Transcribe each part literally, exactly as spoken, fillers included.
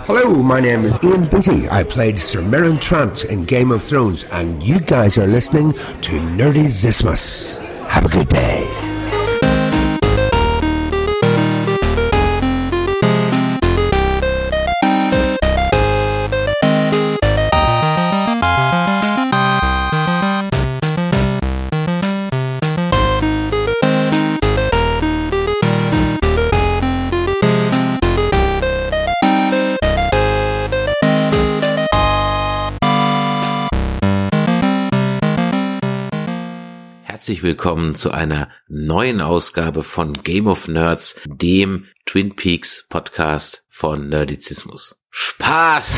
Hello, my name is Ian Beatty. I played Sir Meryn Trant in Game of Thrones, and you guys are listening to Nerdizismus. Have a good day. Herzlich willkommen zu einer neuen Ausgabe von Game of Nerds, dem Twin Peaks Podcast von Nerdizismus. Spaß!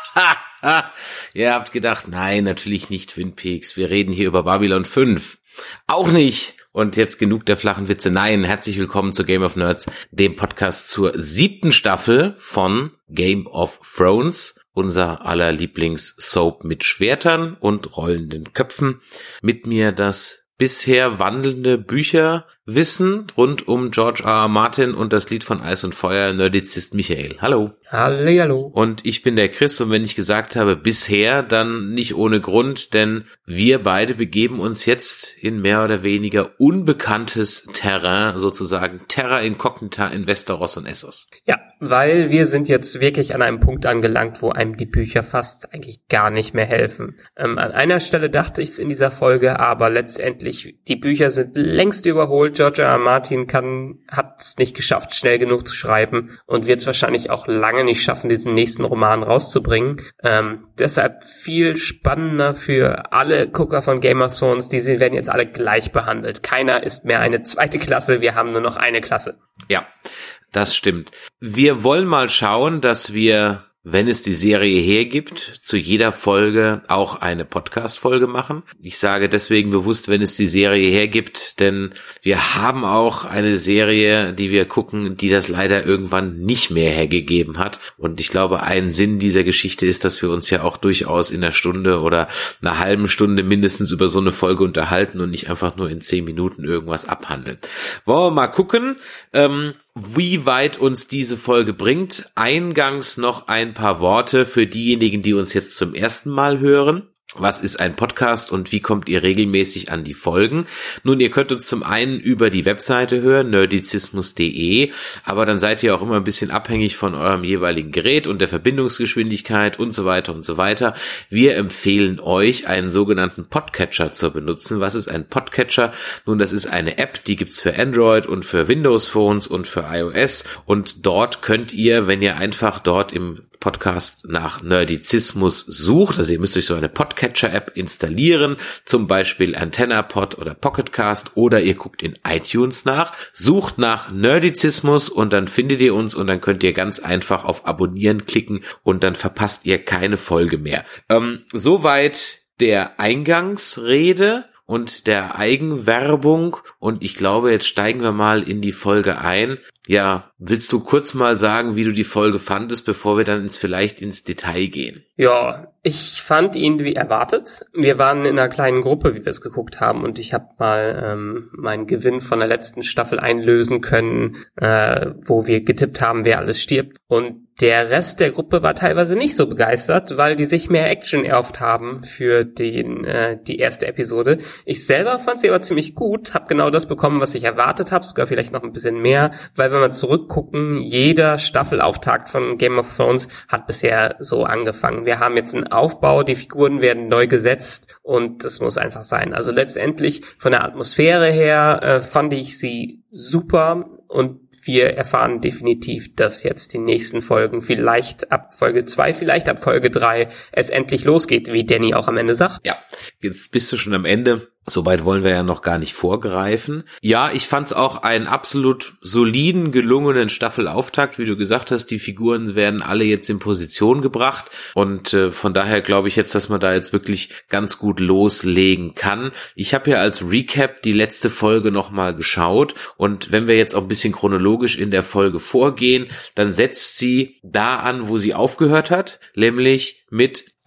Ihr habt gedacht, nein, natürlich nicht Twin Peaks. Wir reden hier über Babylon fünf. Auch nicht. Und jetzt genug der flachen Witze. Nein, herzlich willkommen zu Game of Nerds, dem Podcast zur siebten Staffel von Game of Thrones. Unser aller Lieblings-Soap mit Schwertern und rollenden Köpfen. Mit mir das bisher wandelnde Bücherwissen rund um George R. R. Martin und das Lied von Eis und Feuer, Nerdizist Michael. Hallo. Hallihallo. Und ich bin der Chris, und wenn ich gesagt habe bisher, dann nicht ohne Grund, denn wir beide begeben uns jetzt in mehr oder weniger unbekanntes Terrain, sozusagen Terra Incognita in Westeros und Essos. Ja, weil wir sind jetzt wirklich an einem Punkt angelangt, wo einem die Bücher fast eigentlich gar nicht mehr helfen. Ähm, an einer Stelle dachte ich es in dieser Folge, aber letztendlich, die Bücher sind längst überholt. George R. R. Martin kann, hat es nicht geschafft, schnell genug zu schreiben und wird es wahrscheinlich auch lange nicht schaffen, diesen nächsten Roman rauszubringen. Ähm, deshalb viel spannender für alle Gucker von Game of Thrones. Diese werden jetzt alle gleich behandelt. Keiner ist mehr eine zweite Klasse, wir haben nur noch eine Klasse. Ja, das stimmt. Wir wollen mal schauen, dass wir, wenn es die Serie hergibt, zu jeder Folge auch eine Podcast-Folge machen. Ich sage deswegen bewusst, wenn es die Serie hergibt, denn wir haben auch eine Serie, die wir gucken, die das leider irgendwann nicht mehr hergegeben hat. Und ich glaube, ein Sinn dieser Geschichte ist, dass wir uns ja auch durchaus in einer Stunde oder einer halben Stunde mindestens über so eine Folge unterhalten und nicht einfach nur in zehn Minuten irgendwas abhandeln. Wollen wir mal gucken, ähm, wie weit uns diese Folge bringt. Eingangs noch ein paar Worte für diejenigen, die uns jetzt zum ersten Mal hören. Was ist ein Podcast und wie kommt ihr regelmäßig an die Folgen? Nun, ihr könnt uns zum einen über die Webseite hören, nerdizismus punkt de, aber dann seid ihr auch immer ein bisschen abhängig von eurem jeweiligen Gerät und der Verbindungsgeschwindigkeit und so weiter und so weiter. Wir empfehlen euch, einen sogenannten Podcatcher zu benutzen. Was ist ein Podcatcher? Nun, das ist eine App, die gibt's für Android und für Windows Phones und für iOS, und dort könnt ihr, wenn ihr einfach dort im Podcast nach Nerdizismus sucht, also ihr müsst euch so eine Podcatcher-App installieren, zum Beispiel AntennaPod oder Pocketcast, oder ihr guckt in iTunes nach, sucht nach Nerdizismus und dann findet ihr uns, und dann könnt ihr ganz einfach auf Abonnieren klicken und dann verpasst ihr keine Folge mehr. Ähm, soweit der Eingangsrede und der Eigenwerbung, und ich glaube, jetzt steigen wir mal in die Folge ein. Ja, willst du kurz mal sagen, wie du die Folge fandest, bevor wir dann ins vielleicht ins Detail gehen? Ja, ich fand ihn wie erwartet. Wir waren in einer kleinen Gruppe, wie wir es geguckt haben, und ich habe mal ähm, meinen Gewinn von der letzten Staffel einlösen können, äh, wo wir getippt haben, wer alles stirbt. Und der Rest der Gruppe war teilweise nicht so begeistert, weil die sich mehr Action erhofft haben für den äh, die erste Episode. Ich selber fand sie aber ziemlich gut, habe genau das bekommen, was ich erwartet habe, sogar vielleicht noch ein bisschen mehr, weil wenn wir zurückgucken, jeder Staffelauftakt von Game of Thrones hat bisher so angefangen. Wir haben jetzt einen Aufbau, die Figuren werden neu gesetzt und das muss einfach sein. Also letztendlich von der Atmosphäre her äh, fand ich sie super, und wir erfahren definitiv, dass jetzt die nächsten Folgen vielleicht ab Folge zwei, vielleicht ab Folge drei es endlich losgeht, wie Danny auch am Ende sagt. Ja, jetzt bist du schon am Ende. Soweit wollen wir ja noch gar nicht vorgreifen. Ja, ich fand's auch einen absolut soliden, gelungenen Staffelauftakt. Wie du gesagt hast, die Figuren werden alle jetzt in Position gebracht. Und äh, von daher glaube ich jetzt, dass man da jetzt wirklich ganz gut loslegen kann. Ich habe ja als Recap die letzte Folge nochmal geschaut. Und wenn wir jetzt auch ein bisschen chronologisch in der Folge vorgehen, dann setzt sie da an, wo sie aufgehört hat. Nämlich mit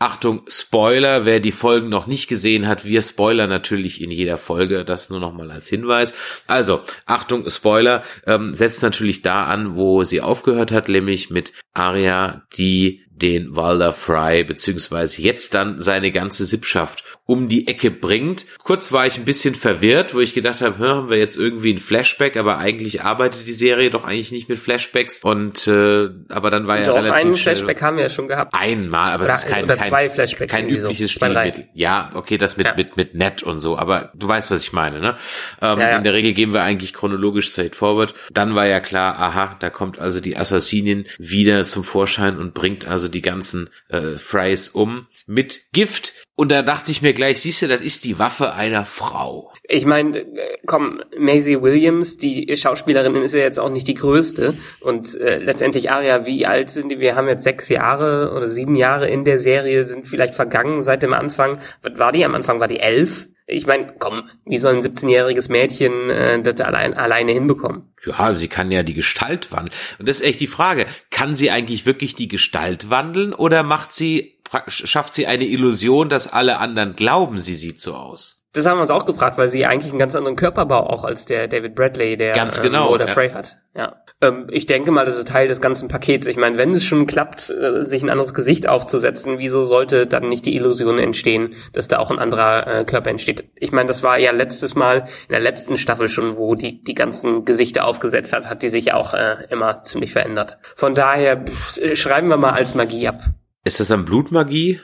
Achtung, Spoiler, wer die Folgen noch nicht gesehen hat, wir spoilern natürlich in jeder Folge, das nur noch mal als Hinweis. Also, Achtung, Spoiler, ähm, setzt natürlich da an, wo sie aufgehört hat, nämlich mit Arya, die den Walder Frey, beziehungsweise jetzt dann seine ganze Sippschaft um die Ecke bringt. Kurz war ich ein bisschen verwirrt, wo ich gedacht habe, haben wir jetzt irgendwie ein Flashback, aber eigentlich arbeitet die Serie doch eigentlich nicht mit Flashbacks und äh, aber dann war ja doch, relativ einen schnell, Flashback haben wir ja schon gehabt. Einmal, aber oder, es ist kein oder kein, zwei Flashbacks kein übliches so. Stilmittel. Ja, okay, das mit ja. mit mit Ned und so, aber du weißt, was ich meine, ne? Ähm, ja, ja. In der Regel gehen wir eigentlich chronologisch straight forward. Dann war ja klar, aha, da kommt also die Assassinin wieder zum Vorschein und bringt also die ganzen äh, Freys um mit Gift. Und da dachte ich mir gleich, siehst du, das ist die Waffe einer Frau. Ich meine, komm, Maisie Williams, die Schauspielerin, ist ja jetzt auch nicht die größte. Und äh, letztendlich, Arya, wie alt sind die? Wir haben jetzt sechs Jahre oder sieben Jahre in der Serie, sind vielleicht vergangen seit dem Anfang. Was war die am Anfang? War die elf? Ich meine, komm, wie soll ein siebzehnjähriges Mädchen äh, das allein, alleine hinbekommen? Ja, sie kann ja die Gestalt wandeln. Und das ist echt die Frage, kann sie eigentlich wirklich die Gestalt wandeln oder macht sie, schafft sie eine Illusion, dass alle anderen glauben, sie sieht so aus? Das haben wir uns auch gefragt, weil sie eigentlich einen ganz anderen Körperbau auch als der David Bradley, der ganz genau, ähm, oder ja. Frey hat. Ja. Ähm, ich denke mal, das ist Teil des ganzen Pakets. Ich meine, wenn es schon klappt, äh, sich ein anderes Gesicht aufzusetzen, wieso sollte dann nicht die Illusion entstehen, dass da auch ein anderer äh, Körper entsteht? Ich meine, das war ja letztes Mal in der letzten Staffel schon, wo die die ganzen Gesichter aufgesetzt hat, hat die sich ja auch äh, immer ziemlich verändert. Von daher pff, schreiben wir mal als Magie ab. Ist das dann Blutmagie?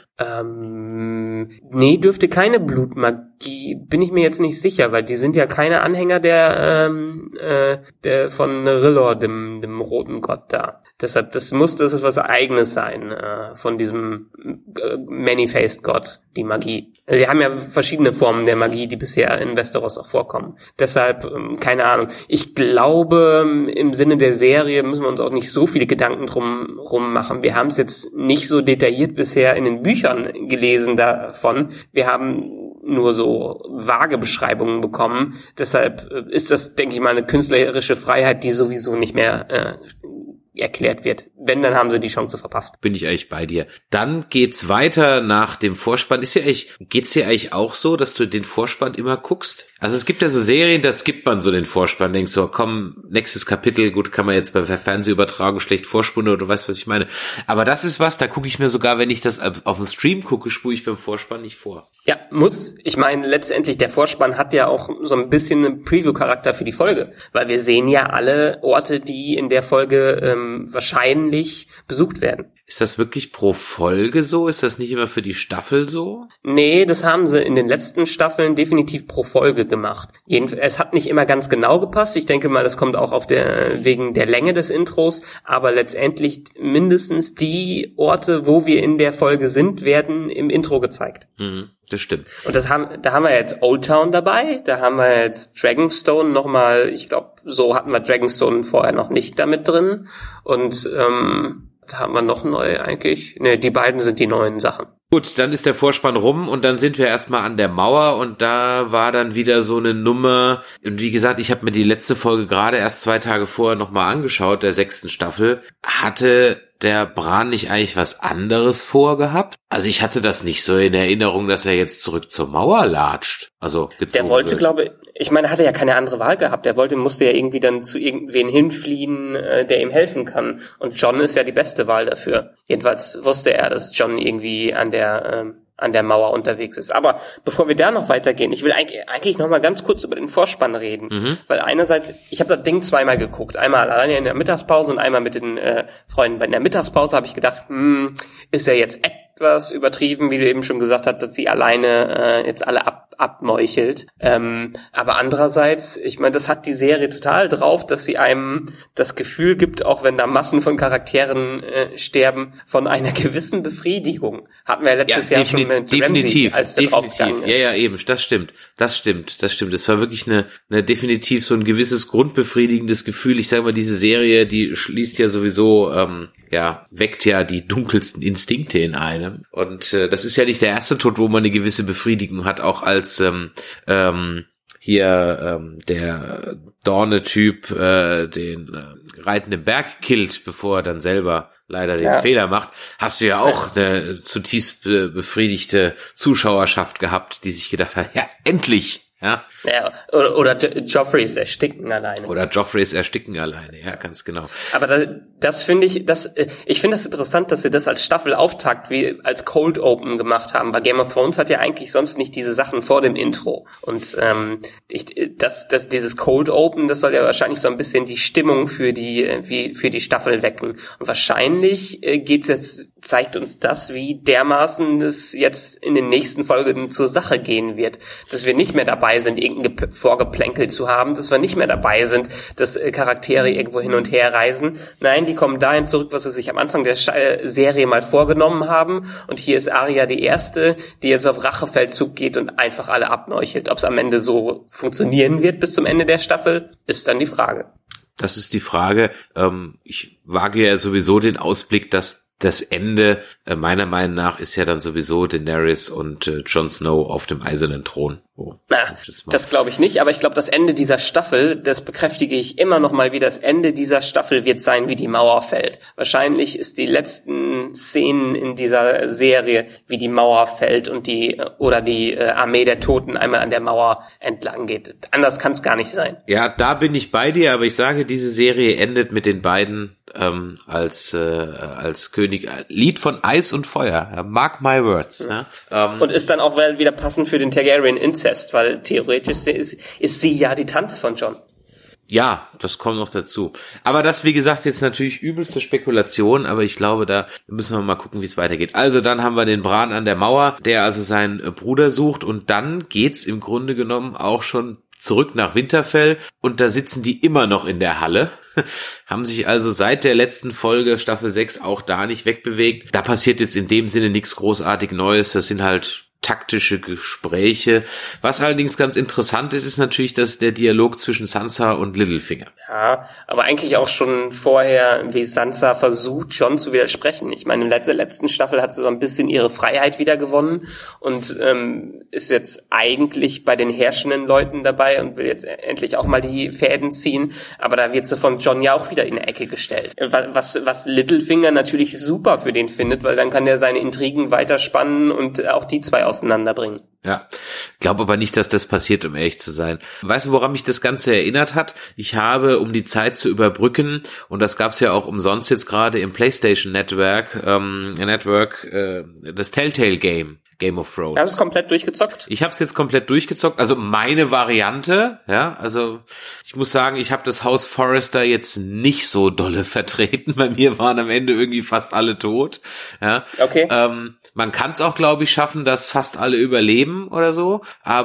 Ähm, nee, dürfte keine Blutmagie, bin ich mir jetzt nicht sicher, weil die sind ja keine Anhänger der, ähm, äh, der von R'hllor, dem, dem roten Gott da. Deshalb, das muss, das ist was Eigenes sein, äh, von diesem äh, Many-Faced Gott, die Magie. Wir haben ja verschiedene Formen der Magie, die bisher in Westeros auch vorkommen. Deshalb, ähm, keine Ahnung. Ich glaube, im Sinne der Serie müssen wir uns auch nicht so viele Gedanken drum, rum machen. Wir haben es jetzt nicht so detailliert bisher in den Büchern gelesen davon. Wir haben nur so vage Beschreibungen bekommen. Deshalb ist das, denke ich mal, eine künstlerische Freiheit, die sowieso nicht mehr äh, erklärt wird. Wenn, dann haben sie die Chance verpasst. Bin ich eigentlich bei dir. Dann geht's weiter nach dem Vorspann. Ist ja eigentlich, geht's dir eigentlich auch so, dass du den Vorspann immer guckst? Also es gibt ja so Serien, da skippt man so den Vorspann, denkst so, komm, nächstes Kapitel, gut, kann man jetzt bei Fernsehübertragung schlecht vorspulen oder du weißt, was ich meine. Aber das ist was, da gucke ich mir sogar, wenn ich das auf dem Stream gucke, spule ich beim Vorspann nicht vor. Ja, muss. Ich meine, letztendlich, der Vorspann hat ja auch so ein bisschen einen Preview-Charakter für die Folge, weil wir sehen ja alle Orte, die in der Folge ähm, wahrscheinlich besucht werden. Ist das wirklich pro Folge so? Ist das nicht immer für die Staffel so? Nee, das haben sie in den letzten Staffeln definitiv pro Folge gemacht. Jedenfalls, es hat nicht immer ganz genau gepasst. Ich denke mal, das kommt auch auf der, wegen der Länge des Intros. Aber letztendlich mindestens die Orte, wo wir in der Folge sind, werden im Intro gezeigt. Mhm, das stimmt. Und das haben, da haben wir jetzt Old Town dabei. Da haben wir jetzt Dragonstone nochmal. Ich glaube, so hatten wir Dragonstone vorher noch nicht damit drin. Und, ähm, haben wir noch neu eigentlich? Ne, die beiden sind die neuen Sachen. Gut, dann ist der Vorspann rum und dann sind wir erstmal an der Mauer und da war dann wieder so eine Nummer. Und wie gesagt, ich habe mir die letzte Folge gerade erst zwei Tage vorher nochmal angeschaut, der sechsten Staffel. Hatte der Bran nicht eigentlich was anderes vorgehabt? Also ich hatte das nicht so in Erinnerung, dass er jetzt zurück zur Mauer latscht. Also gezogen Der wollte, wird. glaube ich, ich meine, er hatte ja keine andere Wahl gehabt. Er wollte, musste ja irgendwie dann zu irgendwen hinfliehen, äh, der ihm helfen kann. Und Jon ist ja die beste Wahl dafür. Jedenfalls wusste er, dass Jon irgendwie an der ähm, an der Mauer unterwegs ist. Aber bevor wir da noch weitergehen, ich will eigentlich, eigentlich noch mal ganz kurz über den Vorspann reden. Mhm. Weil einerseits, ich habe das Ding zweimal geguckt. Einmal alleine in der Mittagspause und einmal mit den äh, Freunden. In der Mittagspause habe ich gedacht, hm, ist er jetzt etwas übertrieben, wie du eben schon gesagt hast, dass sie alleine äh, jetzt alle ab abmeuchelt. Ähm, aber andererseits, ich meine, das hat die Serie total drauf, dass sie einem das Gefühl gibt, auch wenn da Massen von Charakteren äh, sterben, von einer gewissen Befriedigung. Hatten wir ja letztes ja, Jahr schon mit definitiv, Ramsay, als der draufgegangen ist. Ja, ja, eben, das stimmt, das stimmt, das stimmt. Es war wirklich eine, eine definitiv so ein gewisses grundbefriedigendes Gefühl. Ich sage mal, diese Serie, die schließt ja sowieso, ähm, ja, weckt ja die dunkelsten Instinkte in einem. Und äh, das ist ja nicht der erste Tod, wo man eine gewisse Befriedigung hat, auch als ähm, ähm, hier ähm, der Dorne-Typ äh, den äh, reitenden Berg killt, bevor er dann selber leider den ja. Fehler macht, hast du ja auch eine zutiefst be- befriedigte Zuschauerschaft gehabt, die sich gedacht hat, ja, endlich! Ja. Ja, oder, oder Joffreys ersticken alleine. Oder Joffreys ersticken alleine, ja, ganz genau. Aber da, das finde ich, das, ich finde das interessant, dass sie das als Staffelauftakt wie als Cold Open gemacht haben, weil Game of Thrones hat ja eigentlich sonst nicht diese Sachen vor dem Intro. Und ähm, ich, das, das, dieses Cold Open, das soll ja wahrscheinlich so ein bisschen die Stimmung für die, wie für die Staffel wecken. Und wahrscheinlich äh, geht's jetzt, zeigt uns das, wie dermaßen es jetzt in den nächsten Folgen zur Sache gehen wird, dass wir nicht mehr dabei sind, irgendein Vorgeplänkel zu haben, dass wir nicht mehr dabei sind, dass äh, Charaktere irgendwo hin und her reisen. Nein, die kommen dahin zurück, was sie sich am Anfang der Sch- Serie mal vorgenommen haben. Und hier ist Arya die Erste, die jetzt auf Rachefeldzug geht und einfach alle abmeuchelt. Ob es am Ende so funktionieren wird bis zum Ende der Staffel, ist dann die Frage. Das ist die Frage. Ähm, ich wage ja sowieso den Ausblick, dass das Ende, äh, meiner Meinung nach, ist ja dann sowieso Daenerys und äh, Jon Snow auf dem eisernen Thron. Oh, Na, das, das glaube ich nicht, aber ich glaube, das Ende dieser Staffel, das bekräftige ich immer noch mal, wie das Ende dieser Staffel wird sein, wie die Mauer fällt. Wahrscheinlich ist die letzten Szenen in dieser Serie, wie die Mauer fällt und die oder die äh, Armee der Toten einmal an der Mauer entlang geht. Anders kann es gar nicht sein. Ja, da bin ich bei dir, aber ich sage, diese Serie endet mit den beiden ähm, als äh, als König. Äh, Lied von Eis und Feuer. Ja, mark my words. Mhm. Ja. Ähm, und ist dann auch wieder passend für den Targaryen Incest, weil theoretisch ist, ist sie ja die Tante von Jon. Ja, das kommt noch dazu. Aber das, wie gesagt, jetzt natürlich übelste Spekulation, aber ich glaube, da müssen wir mal gucken, wie es weitergeht. Also dann haben wir den Bran an der Mauer, der also seinen Bruder sucht, und dann geht's im Grunde genommen auch schon zurück nach Winterfell, und da sitzen die immer noch in der Halle, haben sich also seit der letzten Folge Staffel sechs auch da nicht wegbewegt. Da passiert jetzt in dem Sinne nichts großartig Neues, das sind halt taktische Gespräche. Was allerdings ganz interessant ist, ist natürlich, dass der Dialog zwischen Sansa und Littlefinger. Ja, aber eigentlich auch schon vorher, wie Sansa versucht, Jon zu widersprechen. Ich meine, in der letzten Staffel hat sie so ein bisschen ihre Freiheit wieder gewonnen und ähm, ist jetzt eigentlich bei den herrschenden Leuten dabei und will jetzt endlich auch mal die Fäden ziehen. Aber da wird sie von Jon ja auch wieder in eine Ecke gestellt. Was, was Littlefinger natürlich super für den findet, weil dann kann der seine Intrigen weiterspannen und auch die zwei auseinanderbringen. Ja, glaube aber nicht, dass das passiert, um ehrlich zu sein. Weißt du, woran mich das Ganze erinnert hat? Ich habe, um die Zeit zu überbrücken, und das gab's ja auch umsonst jetzt gerade im PlayStation Network, ähm, Network, äh, das Telltale Game. Game of Thrones. Hast du es komplett durchgezockt? Ich habe es jetzt komplett durchgezockt, also meine Variante, ja, also ich muss sagen, ich habe das Haus Forrester jetzt nicht so dolle vertreten, bei mir waren am Ende irgendwie fast alle tot, ja. Okay. Ähm, man kann es auch, glaube ich, schaffen, dass fast alle überleben oder so,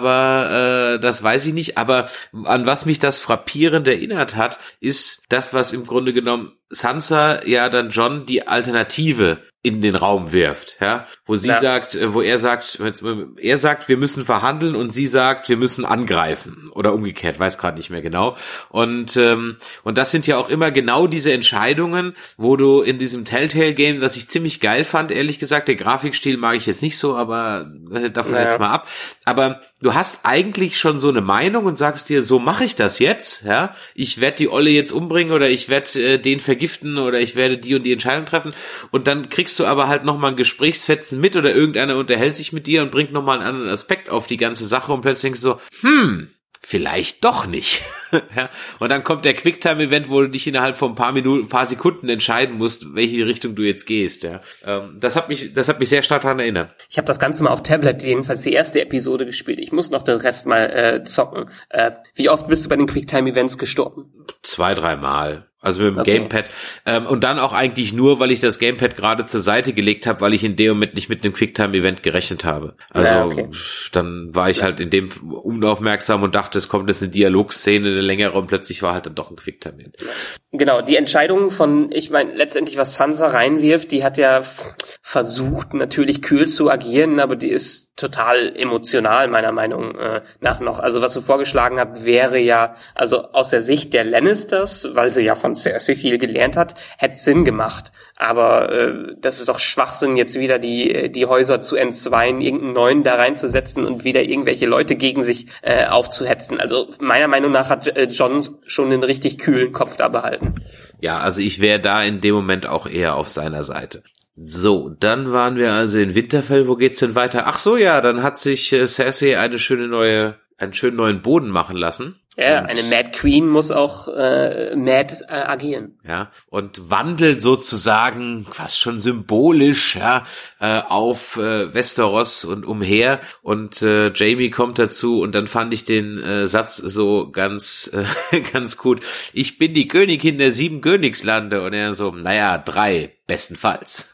aber äh, das weiß ich nicht, aber an was mich das frappierend erinnert hat, ist das, was im Grunde genommen Sansa ja dann Jon die Alternative in den Raum wirft, ja, wo sie ja. sagt, wo er sagt, er sagt, wir müssen verhandeln, und sie sagt, wir müssen angreifen oder umgekehrt, weiß gerade nicht mehr genau. Und ähm, und das sind ja auch immer genau diese Entscheidungen, wo du in diesem Telltale-Game, das ich ziemlich geil fand, ehrlich gesagt, der Grafikstil mag ich jetzt nicht so, aber davon ja. jetzt mal ab. Aber du hast eigentlich schon so eine Meinung und sagst dir, so mache ich das jetzt, ja, ich werde die Olle jetzt umbringen oder ich werde äh, den vergiften oder ich werde die und die Entscheidung treffen, und dann kriegst du aber halt nochmal ein Gesprächsfetzen mit oder irgendeiner unterhält sich mit dir und bringt nochmal einen anderen Aspekt auf die ganze Sache und plötzlich denkst du so, hm, vielleicht doch nicht. Ja, und dann kommt der Quicktime-Event, wo du dich innerhalb von ein paar Minuten, ein paar Sekunden entscheiden musst, welche Richtung du jetzt gehst. Ja, ähm, das hat mich, das hat mich sehr stark daran erinnert. Ich habe das Ganze mal auf Tablet, jedenfalls die erste Episode gespielt. Ich muss noch den Rest mal äh, zocken. Äh, wie oft bist du bei den Quicktime-Events gestorben? Zwei, drei Mal. Also mit dem okay. Gamepad. Ähm, und dann auch eigentlich nur, weil ich das Gamepad gerade zur Seite gelegt habe, weil ich in dem Moment nicht mit einem Quicktime-Event gerechnet habe. Also ja, okay. dann war ich ja. halt in dem unaufmerksam und dachte, es kommt jetzt eine Dialogszene, eine längere, und plötzlich war halt dann doch ein Quicktime-Event. Genau, die Entscheidung von, ich meine, letztendlich was Sansa reinwirft, die hat ja versucht, natürlich kühl zu agieren, aber die ist total emotional, meiner Meinung äh, nach noch. Also was du vorgeschlagen hast, wäre ja, also aus der Sicht der Lannisters, weil sie ja von von Cersei viel gelernt hat, hätte Sinn gemacht. Aber äh, das ist doch Schwachsinn, jetzt wieder die die Häuser zu entzweien, irgendeinen neuen da reinzusetzen und wieder irgendwelche Leute gegen sich äh, aufzuhetzen. Also meiner Meinung nach hat äh, Jon schon einen richtig kühlen Kopf da behalten. Ja, also ich wäre da in dem Moment auch eher auf seiner Seite. So, dann waren wir also in Winterfell. Wo geht's denn weiter? Ach so, ja, dann hat sich äh, Cersei eine schöne neue, einen schönen neuen Boden machen lassen. Ja, und eine Mad Queen muss auch äh, mad äh, agieren. Ja, und wandelt sozusagen fast schon symbolisch ja äh, auf äh, Westeros und umher. Und äh, Jaime kommt dazu und dann fand ich den äh, Satz so ganz äh, ganz gut. Ich bin die Königin der sieben Königslande. Und er so, naja, drei bestenfalls.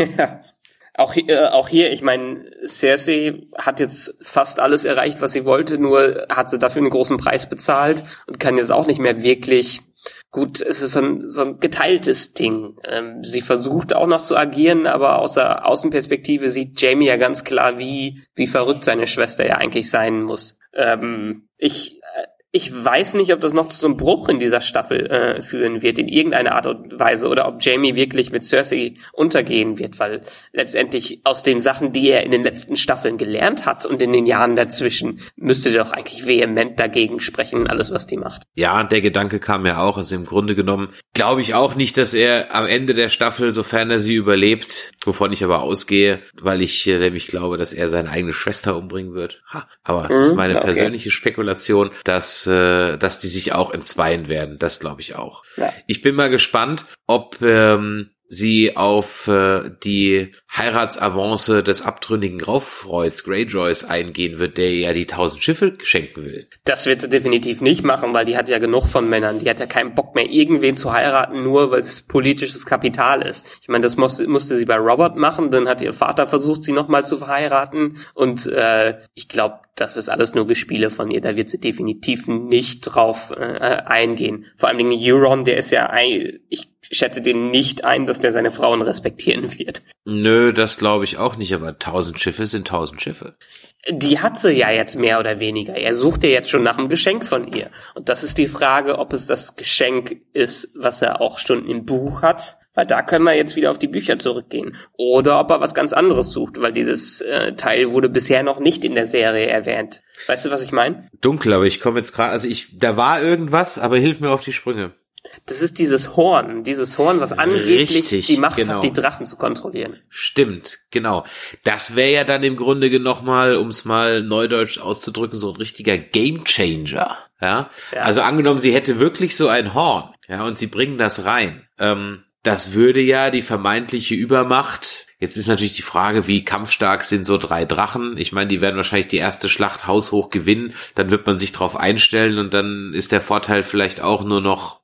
Auch hier, äh, auch hier, ich meine, Cersei hat jetzt fast alles erreicht, was sie wollte, nur hat sie dafür einen großen Preis bezahlt und kann jetzt auch nicht mehr wirklich, gut, es ist so ein, so ein geteiltes Ding. Ähm, sie versucht auch noch zu agieren, aber aus der Außenperspektive sieht Jaime ja ganz klar, wie wie verrückt seine Schwester ja eigentlich sein muss. Ähm, ich äh, Ich weiß nicht, ob das noch zu so einem Bruch in dieser Staffel äh, führen wird, in irgendeiner Art und Weise, oder ob Jaime wirklich mit Cersei untergehen wird, weil letztendlich aus den Sachen, die er in den letzten Staffeln gelernt hat und in den Jahren dazwischen, müsste er doch eigentlich vehement dagegen sprechen, alles, was die macht. Ja, der Gedanke kam mir auch. Also im Grunde genommen glaube ich auch nicht, dass er am Ende der Staffel, sofern er sie überlebt, wovon ich aber ausgehe, weil ich äh, nämlich glaube, dass er seine eigene Schwester umbringen wird. Ha, aber es mhm, ist meine okay. persönliche Spekulation, dass dass die sich auch entzweien werden. Das glaube ich auch. Ja. Ich bin mal gespannt, ob ähm, sie auf äh, die Heiratsavance des abtrünnigen Graufreuds Greyjoys eingehen wird, der ja die tausend Schiffe schenken will. Das wird sie definitiv nicht machen, weil die hat ja genug von Männern. Die hat ja keinen Bock mehr, irgendwen zu heiraten, nur weil es politisches Kapital ist. Ich meine, das musste, musste sie bei Robert machen, dann hat ihr Vater versucht, sie nochmal zu verheiraten und äh, ich glaube, das ist alles nur Gespiele von ihr. Da wird sie definitiv nicht drauf äh, eingehen. Vor allem Dingen Euron, der ist ja, ein, ich schätze den nicht ein, dass der seine Frauen respektieren wird. Nö, das glaube ich auch nicht, aber tausend Schiffe sind tausend Schiffe. Die hat sie ja jetzt mehr oder weniger. Er sucht ja jetzt schon nach einem Geschenk von ihr. Und das ist die Frage, ob es das Geschenk ist, was er auch schon im Buch hat. Weil da können wir jetzt wieder auf die Bücher zurückgehen. Oder ob er was ganz anderes sucht, weil dieses äh, Teil wurde bisher noch nicht in der Serie erwähnt. Weißt du, was ich meine? Dunkel, aber ich komme jetzt gerade, also ich, da war irgendwas, aber hilf mir auf die Sprünge. Das ist dieses Horn, dieses Horn, was angeblich Richtig, die Macht genau. hat, die Drachen zu kontrollieren. Stimmt, genau. Das wäre ja dann im Grunde genommen mal, um es mal neudeutsch auszudrücken, so ein richtiger Gamechanger. Ja? ja. Also angenommen, sie hätte wirklich so ein Horn, ja, und sie bringen das rein. Ähm, das würde ja die vermeintliche Übermacht. Jetzt ist natürlich die Frage, wie kampfstark sind so drei Drachen? Ich meine, die werden wahrscheinlich die erste Schlacht haushoch gewinnen. Dann wird man sich drauf einstellen und dann ist der Vorteil vielleicht auch nur noch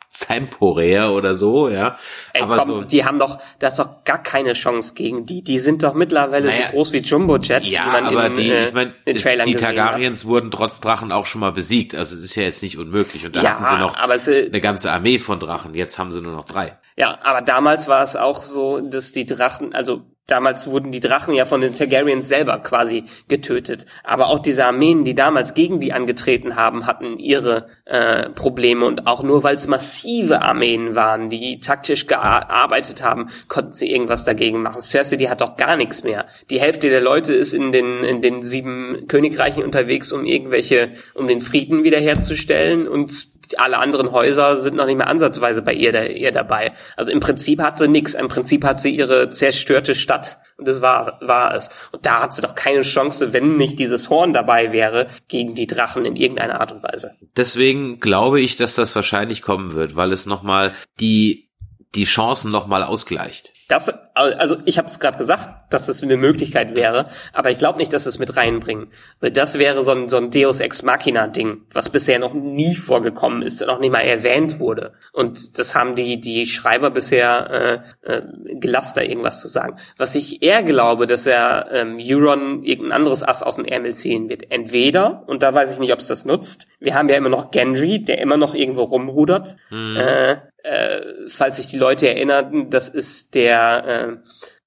temporär oder so, ja. Ey, aber komm, so, die haben doch, da ist doch gar keine Chance gegen die. Die sind doch mittlerweile naja, so groß wie Jumbo-Jets. Ja, wie man aber in, die, äh, ich meine, die Targaryens hat. Wurden trotz Drachen auch schon mal besiegt. Also es ist ja jetzt nicht unmöglich. Und da ja, hatten sie noch aber es, äh, eine ganze Armee von Drachen. Jetzt haben sie nur noch drei. Ja, aber damals war es auch so, dass die Drachen, also damals wurden die Drachen ja von den Targaryens selber quasi getötet. Aber auch diese Armeen, die damals gegen die angetreten haben, hatten ihre äh, Probleme. Und auch nur, weil es massive Armeen waren, die taktisch gearbeitet haben, konnten sie irgendwas dagegen machen. Cersei, die hat doch gar nichts mehr. Die Hälfte der Leute ist in den in den sieben Königreichen unterwegs, um irgendwelche, um den Frieden wiederherzustellen. Und alle anderen Häuser sind noch nicht mehr ansatzweise bei ihr, der, ihr dabei. Also im Prinzip hat sie nix. Im Prinzip hat sie ihre zerstörte Stadt. Und das war, war es. Und da hat sie doch keine Chance, wenn nicht dieses Horn dabei wäre, gegen die Drachen in irgendeiner Art und Weise. Deswegen glaube ich, dass das wahrscheinlich kommen wird, weil es nochmal die, die Chancen nochmal ausgleicht. Das, also ich habe es gerade gesagt, dass es eine Möglichkeit wäre, aber ich glaube nicht, dass es mit reinbringen, weil das wäre so ein so ein Deus Ex Machina Ding, was bisher noch nie vorgekommen ist, noch nicht mal erwähnt wurde. Und das haben die die Schreiber bisher äh, äh, gelassen, da irgendwas zu sagen. Was ich eher glaube, dass er ähm, Euron irgendein anderes Ass aus dem Ärmel ziehen wird. Entweder, und da weiß ich nicht, ob es das nutzt. Wir haben ja immer noch Gendry, der immer noch irgendwo rumrudert. Mhm. Äh, Äh, falls sich die Leute erinnerten, das ist der äh,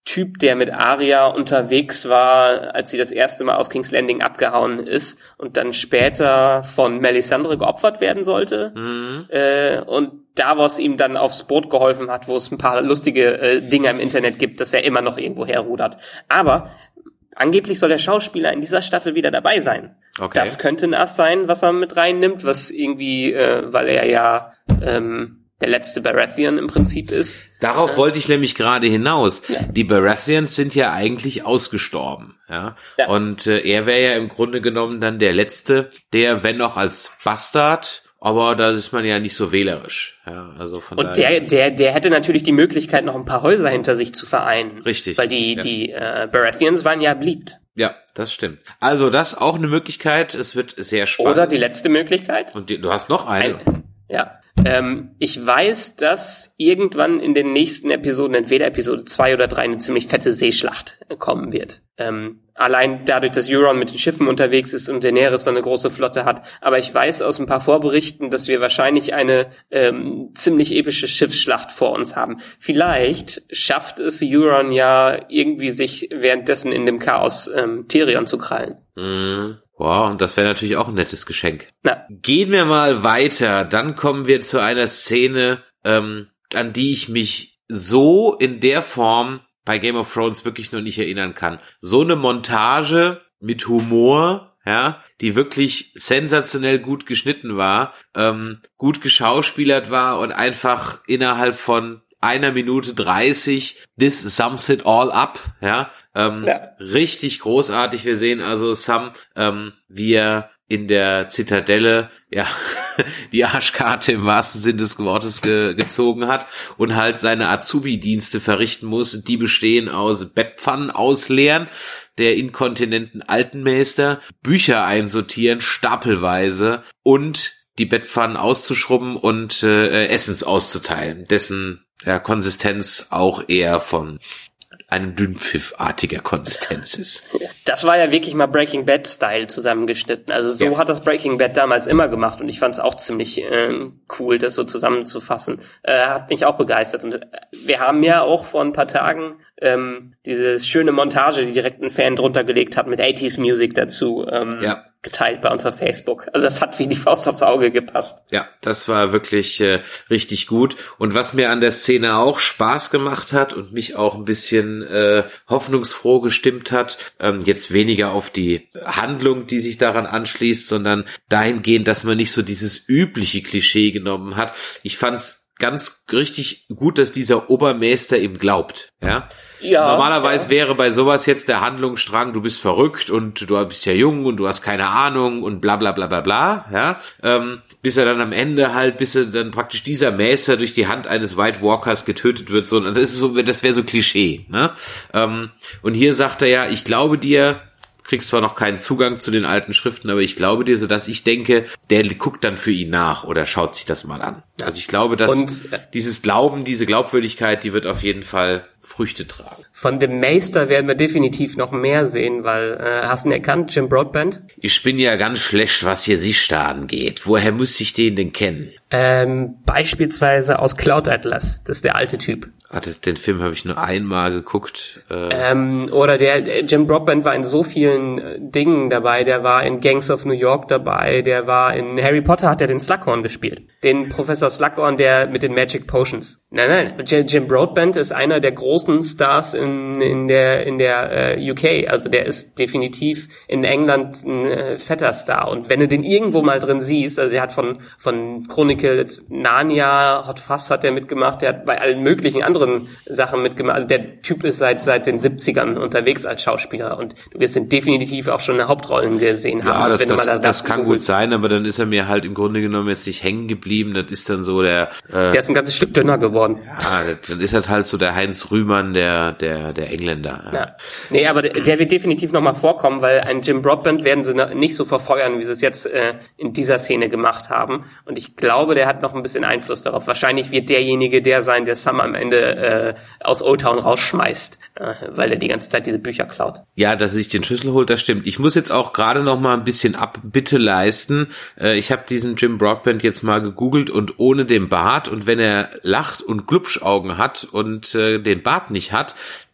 Typ, der mit Arya unterwegs war, als sie das erste Mal aus King's Landing abgehauen ist und dann später von Melisandre geopfert werden sollte. Mhm. Äh, und Davos ihm dann aufs Boot geholfen hat, wo es ein paar lustige äh, Dinge im Internet gibt, dass er immer noch irgendwo herrudert. Aber angeblich soll der Schauspieler in dieser Staffel wieder dabei sein. Okay. Das könnte ein Ass sein, was er mit reinnimmt, was irgendwie, äh, weil er ja ähm, der letzte Baratheon im Prinzip ist. Darauf äh, wollte ich nämlich gerade hinaus. Ja. Die Baratheons sind ja eigentlich ausgestorben. Ja, ja. Und äh, er wäre ja im Grunde genommen dann der Letzte, der, wenn auch als Bastard, aber da ist man ja nicht so wählerisch. Ja, also von Und der, der, der hätte natürlich die Möglichkeit, noch ein paar Häuser hinter sich zu vereinen. Richtig. Weil die, ja. die äh, Baratheons waren ja beliebt. Ja, das stimmt. Also das ist auch eine Möglichkeit. Es wird sehr spannend. Oder die letzte Möglichkeit. Und die, du hast noch eine. Ein, ja. Ähm, ich weiß, dass irgendwann in den nächsten Episoden, entweder Episode zwei oder drei, eine ziemlich fette Seeschlacht kommen wird. Ähm, allein dadurch, dass Euron mit den Schiffen unterwegs ist und Daenerys so eine große Flotte hat. Aber ich weiß aus ein paar Vorberichten, dass wir wahrscheinlich eine ähm, ziemlich epische Schiffsschlacht vor uns haben. Vielleicht schafft es Euron ja irgendwie, sich währenddessen in dem Chaos ähm, Tyrion zu krallen. Mhm. Wow, und das wäre natürlich auch ein nettes Geschenk. Na. Gehen wir mal weiter. Dann kommen wir zu einer Szene, ähm, an die ich mich so in der Form bei Game of Thrones wirklich noch nicht erinnern kann. So eine Montage mit Humor, ja, die wirklich sensationell gut geschnitten war, ähm, gut geschauspielert war und einfach innerhalb von einer Minute dreißig, this sums it all up, ja, ähm, ja. Richtig großartig. Wir sehen also Sam, ähm, wie er in der Zitadelle, ja, die Arschkarte im wahrsten Sinn des Wortes ge- gezogen hat und halt seine Azubi-Dienste verrichten muss, die bestehen aus Bettpfannen ausleeren, der inkontinenten Altenmeister, Bücher einsortieren, stapelweise und die Bettpfannen auszuschrubben und äh, Essens auszuteilen, dessen ja, Konsistenz auch eher von einem Dünnpfiffartiger Konsistenz ist. Das war ja wirklich mal Breaking Bad-Style zusammengeschnitten. Also so ja. hat das Breaking Bad damals immer gemacht und ich fand es auch ziemlich äh, cool, das so zusammenzufassen. Äh, hat mich auch begeistert. Und wir haben ja auch vor ein paar Tagen ähm, diese schöne Montage, die direkt ein Fan drunter gelegt hat, mit achtziger Music dazu ähm, ja. geteilt bei uns auf Facebook. Also das hat wie die Faust aufs Auge gepasst. Ja, das war wirklich äh, richtig gut. Und was mir an der Szene auch Spaß gemacht hat und mich auch ein bisschen äh, hoffnungsfroh gestimmt hat, ähm, jetzt weniger auf die Handlung, die sich daran anschließt, sondern dahingehend, dass man nicht so dieses übliche Klischee genommen hat. Ich fand's ganz richtig gut, dass dieser Obermeister ihm glaubt, ja. Ja, Normalerweise ja. wäre bei sowas jetzt der Handlungsstrang, du bist verrückt und du bist ja jung und du hast keine Ahnung und bla bla bla bla bla, ja, ähm, bis er dann am Ende halt, bis er dann praktisch dieser Meister durch die Hand eines White Walkers getötet wird, so, das ist so, das wäre so Klischee, ne, ähm, und hier sagt er ja, ich glaube dir, kriegst zwar noch keinen Zugang zu den alten Schriften, aber ich glaube dir, so dass ich denke, der guckt dann für ihn nach oder schaut sich das mal an. Also ich glaube, dass und, äh, dieses Glauben, diese Glaubwürdigkeit, die wird auf jeden Fall Früchte tragen. Von dem Meister werden wir definitiv noch mehr sehen, weil, äh, hast du ihn erkannt, Jim Broadbent? Ich bin ja ganz schlecht, was hier Sicht angeht. Woher müsste ich den denn kennen? Ähm, beispielsweise aus Cloud Atlas, das ist der alte Typ. Ah, das, den Film habe ich nur einmal geguckt. Äh. Ähm, oder der Jim Broadbent war in so vielen äh, Dingen dabei. Der war in Gangs of New York dabei. Der war in Harry Potter, hat er den Slughorn gespielt. Den Professor Slughorn, der mit den Magic Potions. Nein, nein, Jim Broadbent ist einer der großen Stars in, in der in der äh, U K. Also der ist definitiv in England ein äh, fetter Star. Und wenn du den irgendwo mal drin siehst, also er hat von von Chronicles Narnia, Hot Fuzz hat er mitgemacht. Der hat bei allen möglichen anderen Sachen mitgemacht. Also der Typ ist seit seit den siebzigern unterwegs als Schauspieler und du wirst ihn definitiv auch schon in Hauptrollen gesehen haben. Ja, das, wenn das, du mal da das kann gut sein, aber dann ist er mir halt im Grunde genommen jetzt nicht hängen geblieben. Das ist dann so der... Äh, der ist ein ganzes Stück dünner geworden. Ja, dann ist er halt so der Heinz Rühmann der der der Engländer. Ja. Ja. Nee, aber der, der wird definitiv nochmal vorkommen, weil ein Jim Broadbent werden sie nicht so verfeuern, wie sie es jetzt äh, in dieser Szene gemacht haben. Und ich glaube, der hat noch ein bisschen Einfluss darauf. Wahrscheinlich wird derjenige der sein, der Sam am Ende äh, aus Old Town rausschmeißt, äh, weil er die ganze Zeit diese Bücher klaut. Ja, dass er sich den Schlüssel holt, das stimmt. Ich muss jetzt auch gerade noch mal ein bisschen Abbitte leisten. Äh, ich habe diesen Jim Broadbent jetzt mal gegoogelt und ohne den Bart und wenn er lacht und Glubschaugen hat und äh, den Bart nicht hat,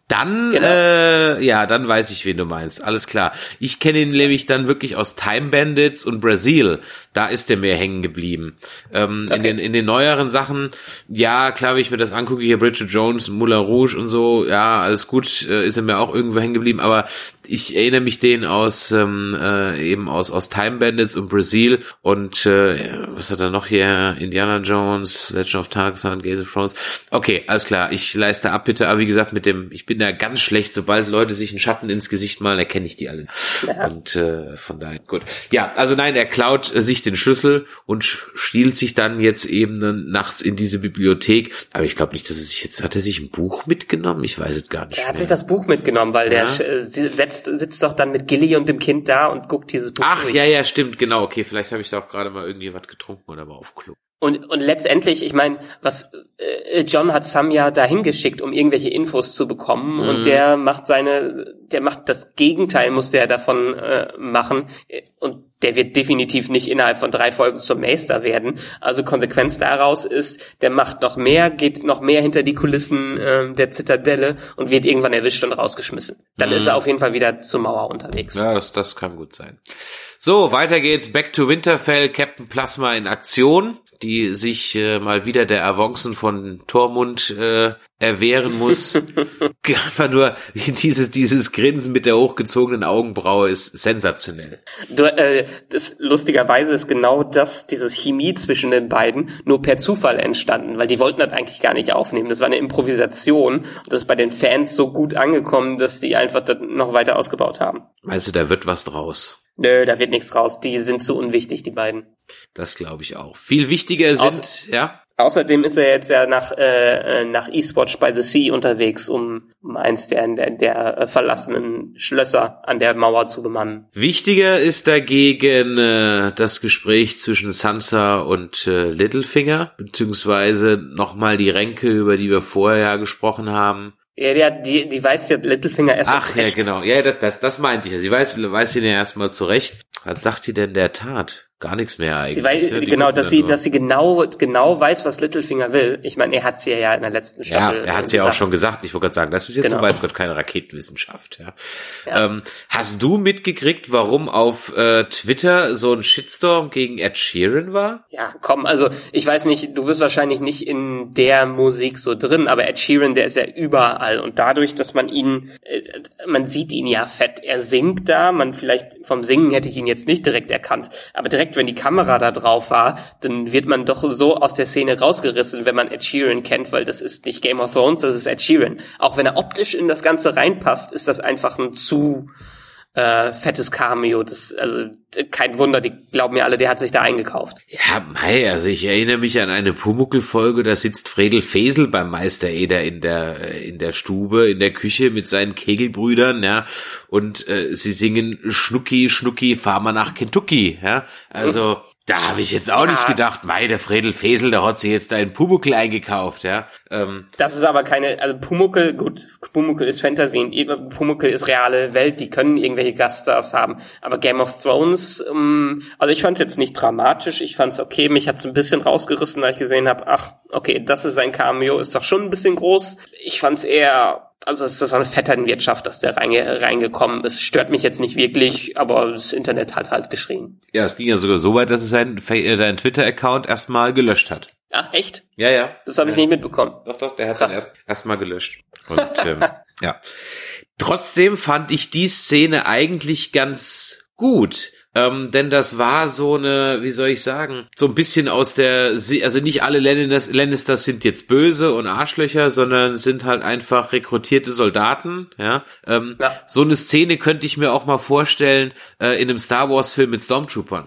Dann, genau. äh, ja, dann weiß ich, wen du meinst. Alles klar. Ich kenne ihn nämlich dann wirklich aus Time Bandits und Brazil. Da ist der mir hängen geblieben. Ähm, okay. in den in den neueren Sachen, ja, klar, wenn ich mir das angucke, hier Bridget Jones, Moulin Rouge und so, ja, alles gut, äh, ist er mir auch irgendwo hängen geblieben. Aber ich erinnere mich den aus ähm, äh, eben aus aus Time Bandits und Brazil und äh, was hat er noch hier? Indiana Jones, Legend of Tarzan, Game of Thrones. Okay, alles klar. Ich leiste ab, bitte. Aber wie gesagt, mit dem, ich bin da ganz schlecht. Sobald Leute sich einen Schatten ins Gesicht malen, erkenne ich die alle. Ja. Und äh, von daher gut. Ja, also nein, er klaut äh, sich den Schlüssel und stiehlt sich dann jetzt eben dann nachts in diese Bibliothek. Aber ich glaube nicht, dass er sich jetzt, hat er sich ein Buch mitgenommen? Ich weiß es gar nicht. Er hat mehr. sich das Buch mitgenommen, weil ja. der äh, setzt, sitzt doch dann mit Gilly und dem Kind da und guckt dieses Buch Ach, durch. ja, ja, stimmt, genau. Okay, vielleicht habe ich da auch gerade mal irgendwie was getrunken oder war auf Klo. Und, und letztendlich, ich meine, was äh, John hat Sam ja dahin geschickt, um irgendwelche Infos zu bekommen, mhm. und der macht seine, der macht das Gegenteil, muss der davon äh, machen, und der wird definitiv nicht innerhalb von drei Folgen zum Meister werden. Also Konsequenz daraus ist, der macht noch mehr, geht noch mehr hinter die Kulissen äh, der Zitadelle und wird irgendwann erwischt und rausgeschmissen. Dann mhm. ist er auf jeden Fall wieder zur Mauer unterwegs. Ja, das, das kann gut sein. So, weiter geht's. Back to Winterfell, Captain Plasma in Aktion, die sich äh, mal wieder der Avancen von Tormund äh, erwehren muss. Einfach nur dieses dieses Grinsen mit der hochgezogenen Augenbraue ist sensationell. Du, äh, das lustigerweise ist genau das, diese Chemie zwischen den beiden, nur per Zufall entstanden, weil die wollten das eigentlich gar nicht aufnehmen. Das war eine Improvisation und das ist bei den Fans so gut angekommen, dass die einfach das noch weiter ausgebaut haben. Meinst du, da wird was draus? Nö, da wird nichts raus. Die sind zu unwichtig, die beiden. Das glaube ich auch. Viel wichtiger sind, Außer, ja. Außerdem ist er jetzt ja nach äh, nach Eastwatch by the Sea unterwegs, um, um eins der, der der verlassenen Schlösser an der Mauer zu bemannen. Wichtiger ist dagegen äh, das Gespräch zwischen Sansa und äh, Littlefinger, beziehungsweise nochmal die Ränke, über die wir vorher gesprochen haben. Ja, ja, die, die weist ja Littlefinger erstmal Ach, zurecht. ja, genau. Ja, das, das, das meinte ich. Sie weiß, weiß ihn ja erstmal zurecht. Was sagt die denn der Tat? Gar nichts mehr eigentlich. Sie weiß, ja, genau, dass sie, dass sie genau, genau weiß, was Littlefinger will. Ich meine, er hat sie ja in der letzten Staffel. Ja, er hat sie ja auch schon gesagt. Ich wollte gerade sagen, das ist jetzt genau. so weiß Gott keine Raketenwissenschaft. Ja. Ja. Ähm, hast du mitgekriegt, warum auf äh, Twitter so ein Shitstorm gegen Ed Sheeran war? Ja, komm, also ich weiß nicht, du bist wahrscheinlich nicht in der Musik so drin, aber Ed Sheeran, der ist ja überall und dadurch, dass man ihn, äh, man sieht ihn ja fett. Er singt da, man vielleicht vom Singen hätte ich ihn jetzt nicht direkt erkannt, aber direkt, wenn die Kamera da drauf war, dann wird man doch so aus der Szene rausgerissen, wenn man Ed Sheeran kennt, weil das ist nicht Game of Thrones, das ist Ed Sheeran. Auch wenn er optisch in das Ganze reinpasst, ist das einfach ein zu äh, fettes Cameo. Das, also kein Wunder, die glauben mir alle, der hat sich da eingekauft. Ja, mei, also ich erinnere mich an eine Pumuckl-Folge, da sitzt Fredel Fesel beim Meister Eder in der in der Stube, in der Küche mit seinen Kegelbrüdern, ja, und äh, sie singen Schnucki, Schnucki, fahr mal nach Kentucky, ja, also da habe ich jetzt auch ja. nicht gedacht, mei, der Fredel Fesel, der hat sich jetzt da in Pumuckl eingekauft, ja. Ähm, das ist aber keine, also Pumuckl, gut, Pumuckl ist Fantasy und Pumuckl ist reale Welt, die können irgendwelche Gaststars haben, aber Game of Thrones, ähm, also ich fand es jetzt nicht dramatisch, ich fand es okay, mich hat's ein bisschen rausgerissen, da ich gesehen habe, ach, okay, das ist ein Cameo, ist doch schon ein bisschen groß. Ich fand es eher, also es ist so eine Vetternwirtschaft, dass der reinge- reingekommen ist. Stört mich jetzt nicht wirklich, aber das Internet hat halt geschrien. Ja, es ging ja sogar so weit, dass es seinen, seinen Twitter-Account erstmal gelöscht hat. Ach, echt? Ja, ja. Das habe ich nicht mitbekommen. Doch, doch, der hat Krass. dann erst erstmal gelöscht. Und ähm, ja. Trotzdem fand ich die Szene eigentlich ganz gut. Ähm, denn das war so eine, wie soll ich sagen, so ein bisschen aus der, also nicht alle Lannisters, Lannisters sind jetzt böse und Arschlöcher, sondern sind halt einfach rekrutierte Soldaten, ja. Ähm, ja. So eine Szene könnte ich mir auch mal vorstellen äh, in einem Star Wars Film mit Stormtroopern.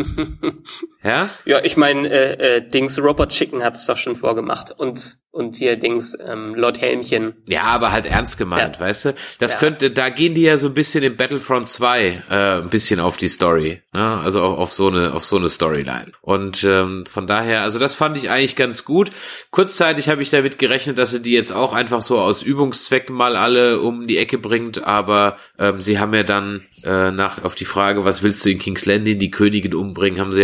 Ja? Ja, ich meine, äh, äh, Dings, Robot Chicken hat's doch schon vorgemacht und und hier Dings, ähm, Lord Helmchen. Ja, aber halt ernst gemeint, ja. Weißt du? Das ja. könnte, da gehen die ja so ein bisschen in Battlefront zwei äh, ein bisschen auf die Story, ne? Also auf, auf so eine auf so eine Storyline. Und ähm, von daher, also das fand ich eigentlich ganz gut. Kurzzeitig habe ich damit gerechnet, dass sie die jetzt auch einfach so aus Übungszwecken mal alle um die Ecke bringt, aber ähm, sie haben ja dann äh, nach auf die Frage, was willst du in King's Landing, die Königin umbringen, haben sie ja alle nur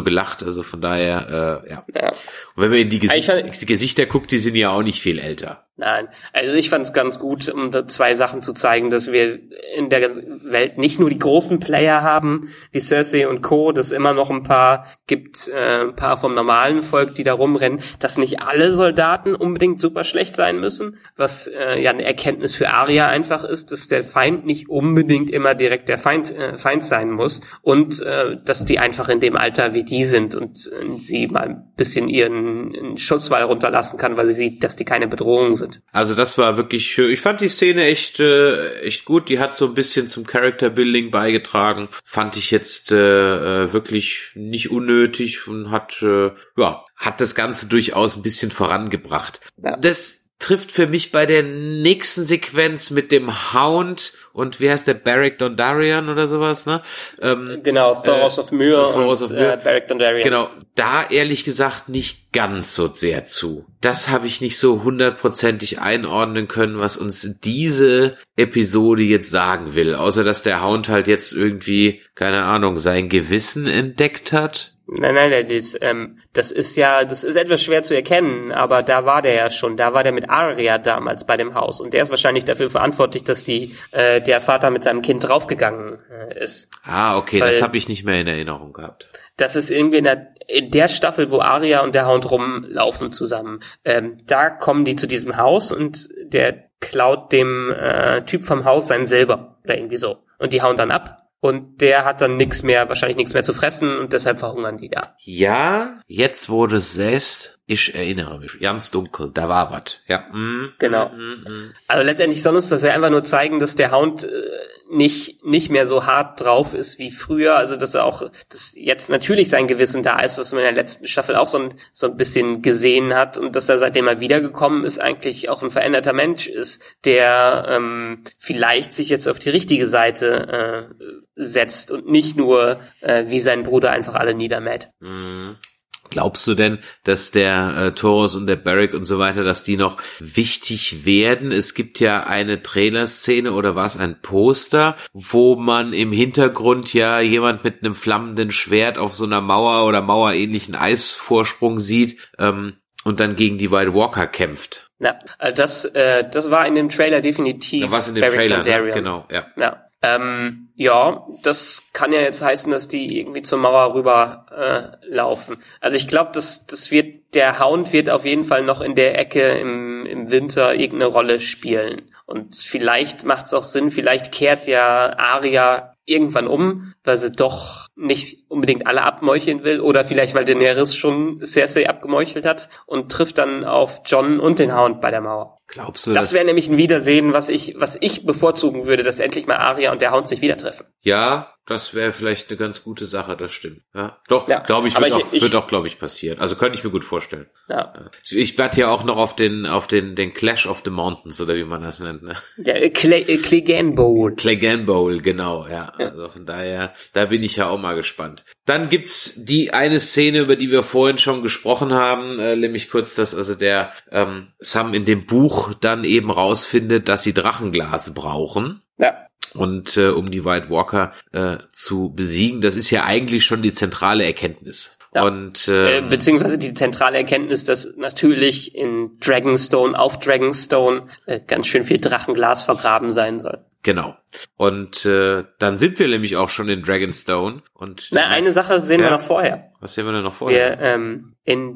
gelacht, also von daher, äh, ja. ja. Und wenn man in die Gesichter, die Gesichter guckt, die sind ja auch nicht viel älter. Nein, also ich fand es ganz gut, um da zwei Sachen zu zeigen, dass wir in der Welt nicht nur die großen Player haben, wie Cersei und Co., dass immer noch ein paar gibt, äh, ein paar vom normalen Volk, die da rumrennen, dass nicht alle Soldaten unbedingt super schlecht sein müssen, was äh, ja eine Erkenntnis für Arya einfach ist, dass der Feind nicht unbedingt immer direkt der Feind äh, Feind sein muss und äh, dass die einfach in dem Alter wie die sind und äh, sie mal ein bisschen ihren, ihren Schusswall runterlassen kann, weil sie sieht, dass die keine Bedrohung sind. Also das war wirklich, ich fand die Szene echt äh, echt gut, die hat so ein bisschen zum Character Building beigetragen, fand ich jetzt äh, wirklich nicht unnötig und hat äh, ja, hat das Ganze durchaus ein bisschen vorangebracht. Ja. Das trifft für mich bei der nächsten Sequenz mit dem Hound und wie heißt der, Beric Dondarrion oder sowas, ne? Ähm, genau, Thoros äh, of Myr Thoros und of Myr. Äh, Beric Dondarrion. Genau, da ehrlich gesagt nicht ganz so sehr zu. Das habe ich nicht so hundertprozentig einordnen können, was uns diese Episode jetzt sagen will. Außer, dass der Hound halt jetzt irgendwie, keine Ahnung, sein Gewissen entdeckt hat. Nein, nein, das, ähm, das ist ja, das ist etwas schwer zu erkennen, aber da war der ja schon, da war der mit Arya damals bei dem Haus und der ist wahrscheinlich dafür verantwortlich, dass die äh, der Vater mit seinem Kind draufgegangen äh, ist. Ah, okay, weil das habe ich nicht mehr in Erinnerung gehabt. Das ist irgendwie in der, in der Staffel, wo Arya und der Hound rumlaufen zusammen. Ähm, da kommen die zu diesem Haus und der klaut dem äh, Typ vom Haus sein Silber oder irgendwie so und die hauen dann ab. Und der hat dann nichts mehr, wahrscheinlich nichts mehr zu fressen und deshalb verhungern die da. Ja, jetzt wo du es siehst, ich erinnere mich. Ganz dunkel, da war was. Ja. Mm, genau. Mm, mm. Also letztendlich soll uns das ja einfach nur zeigen, dass der Hound äh, nicht nicht mehr so hart drauf ist wie früher. Also dass er auch, dass jetzt natürlich sein Gewissen da ist, was man in der letzten Staffel auch so ein, so ein bisschen gesehen hat und dass er, seitdem er wiedergekommen ist, eigentlich auch ein veränderter Mensch ist, der ähm, vielleicht sich jetzt auf die richtige Seite äh, setzt und nicht nur äh, wie sein Bruder einfach alle niedermäht. Mm. Glaubst du denn, dass der äh, Thoros und der Beric und so weiter, dass die noch wichtig werden? Es gibt ja eine Trailerszene oder was, ein Poster, wo man im Hintergrund ja jemand mit einem flammenden Schwert auf so einer Mauer oder mauerähnlichen Eisvorsprung sieht ähm, und dann gegen die White Walker kämpft. Na, also das, äh, das war in dem Trailer definitiv. Da was in dem Beric Trailer, ne? Genau, ja. Ja. Ähm, ja, das kann ja jetzt heißen, dass die irgendwie zur Mauer rüber äh, laufen. Also ich glaube, das, das wird, der Hound wird auf jeden Fall noch in der Ecke im, im Winter irgendeine Rolle spielen. Und vielleicht macht es auch Sinn, vielleicht kehrt ja Arya irgendwann um, weil sie doch nicht unbedingt alle abmeucheln will oder vielleicht, weil Daenerys schon Cersei abgemeuchelt hat und trifft dann auf Jon und den Hound bei der Mauer. Glaubst du, das wäre nämlich ein Wiedersehen, was ich was ich bevorzugen würde, dass endlich mal Arya und der Hound sich wieder treffen. Ja, das wäre vielleicht eine ganz gute Sache, das stimmt. Ja, doch, ja, glaube ich, wird ich, auch, ich, wird auch, glaube ich, passieren. Also könnte ich mir gut vorstellen. Ja. Ich warte ja auch noch auf den, auf den, den Clash of the Mountains oder wie man das nennt. Ne? Ja, Clegane Bowl. Clegane Bowl, genau, ja. ja. Also von daher, da bin ich ja auch mal gespannt. Dann gibt's die eine Szene, über die wir vorhin schon gesprochen haben, äh, nämlich kurz, dass also der ähm, Sam in dem Buch dann eben rausfindet, dass sie Drachenglas brauchen. Ja. Und äh, um die White Walker äh, zu besiegen, das ist ja eigentlich schon die zentrale Erkenntnis. Ja. Und äh, beziehungsweise die zentrale Erkenntnis, dass natürlich in Dragonstone, auf Dragonstone, äh, ganz schön viel Drachenglas vergraben sein soll. Genau. Und äh, dann sind wir nämlich auch schon in Dragonstone. Und Na, eine Sache sehen ja. wir noch vorher. Was sehen wir denn noch vorher? Wir, ähm, in,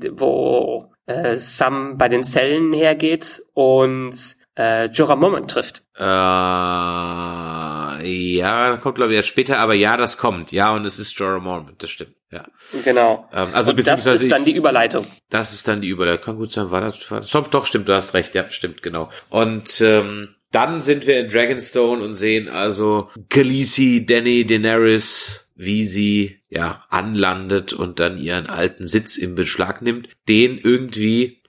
wo äh, Sam bei den Zellen hergeht und äh, Jorah Mormont trifft. Äh, ja, kommt glaube ich erst später, aber ja, das kommt. Ja, und es ist Jorah Mormont, das stimmt. Ja. Genau. Ähm, also und das ist dann die Überleitung. Das ist dann die Überleitung. Kann gut sein, war das, war das? Doch, stimmt, du hast recht. Ja, stimmt, genau. Und ähm, dann sind wir in Dragonstone und sehen also Khaleesi, Dany, Daenerys, wie sie ja anlandet und dann ihren alten Sitz im Beschlag nimmt, den irgendwie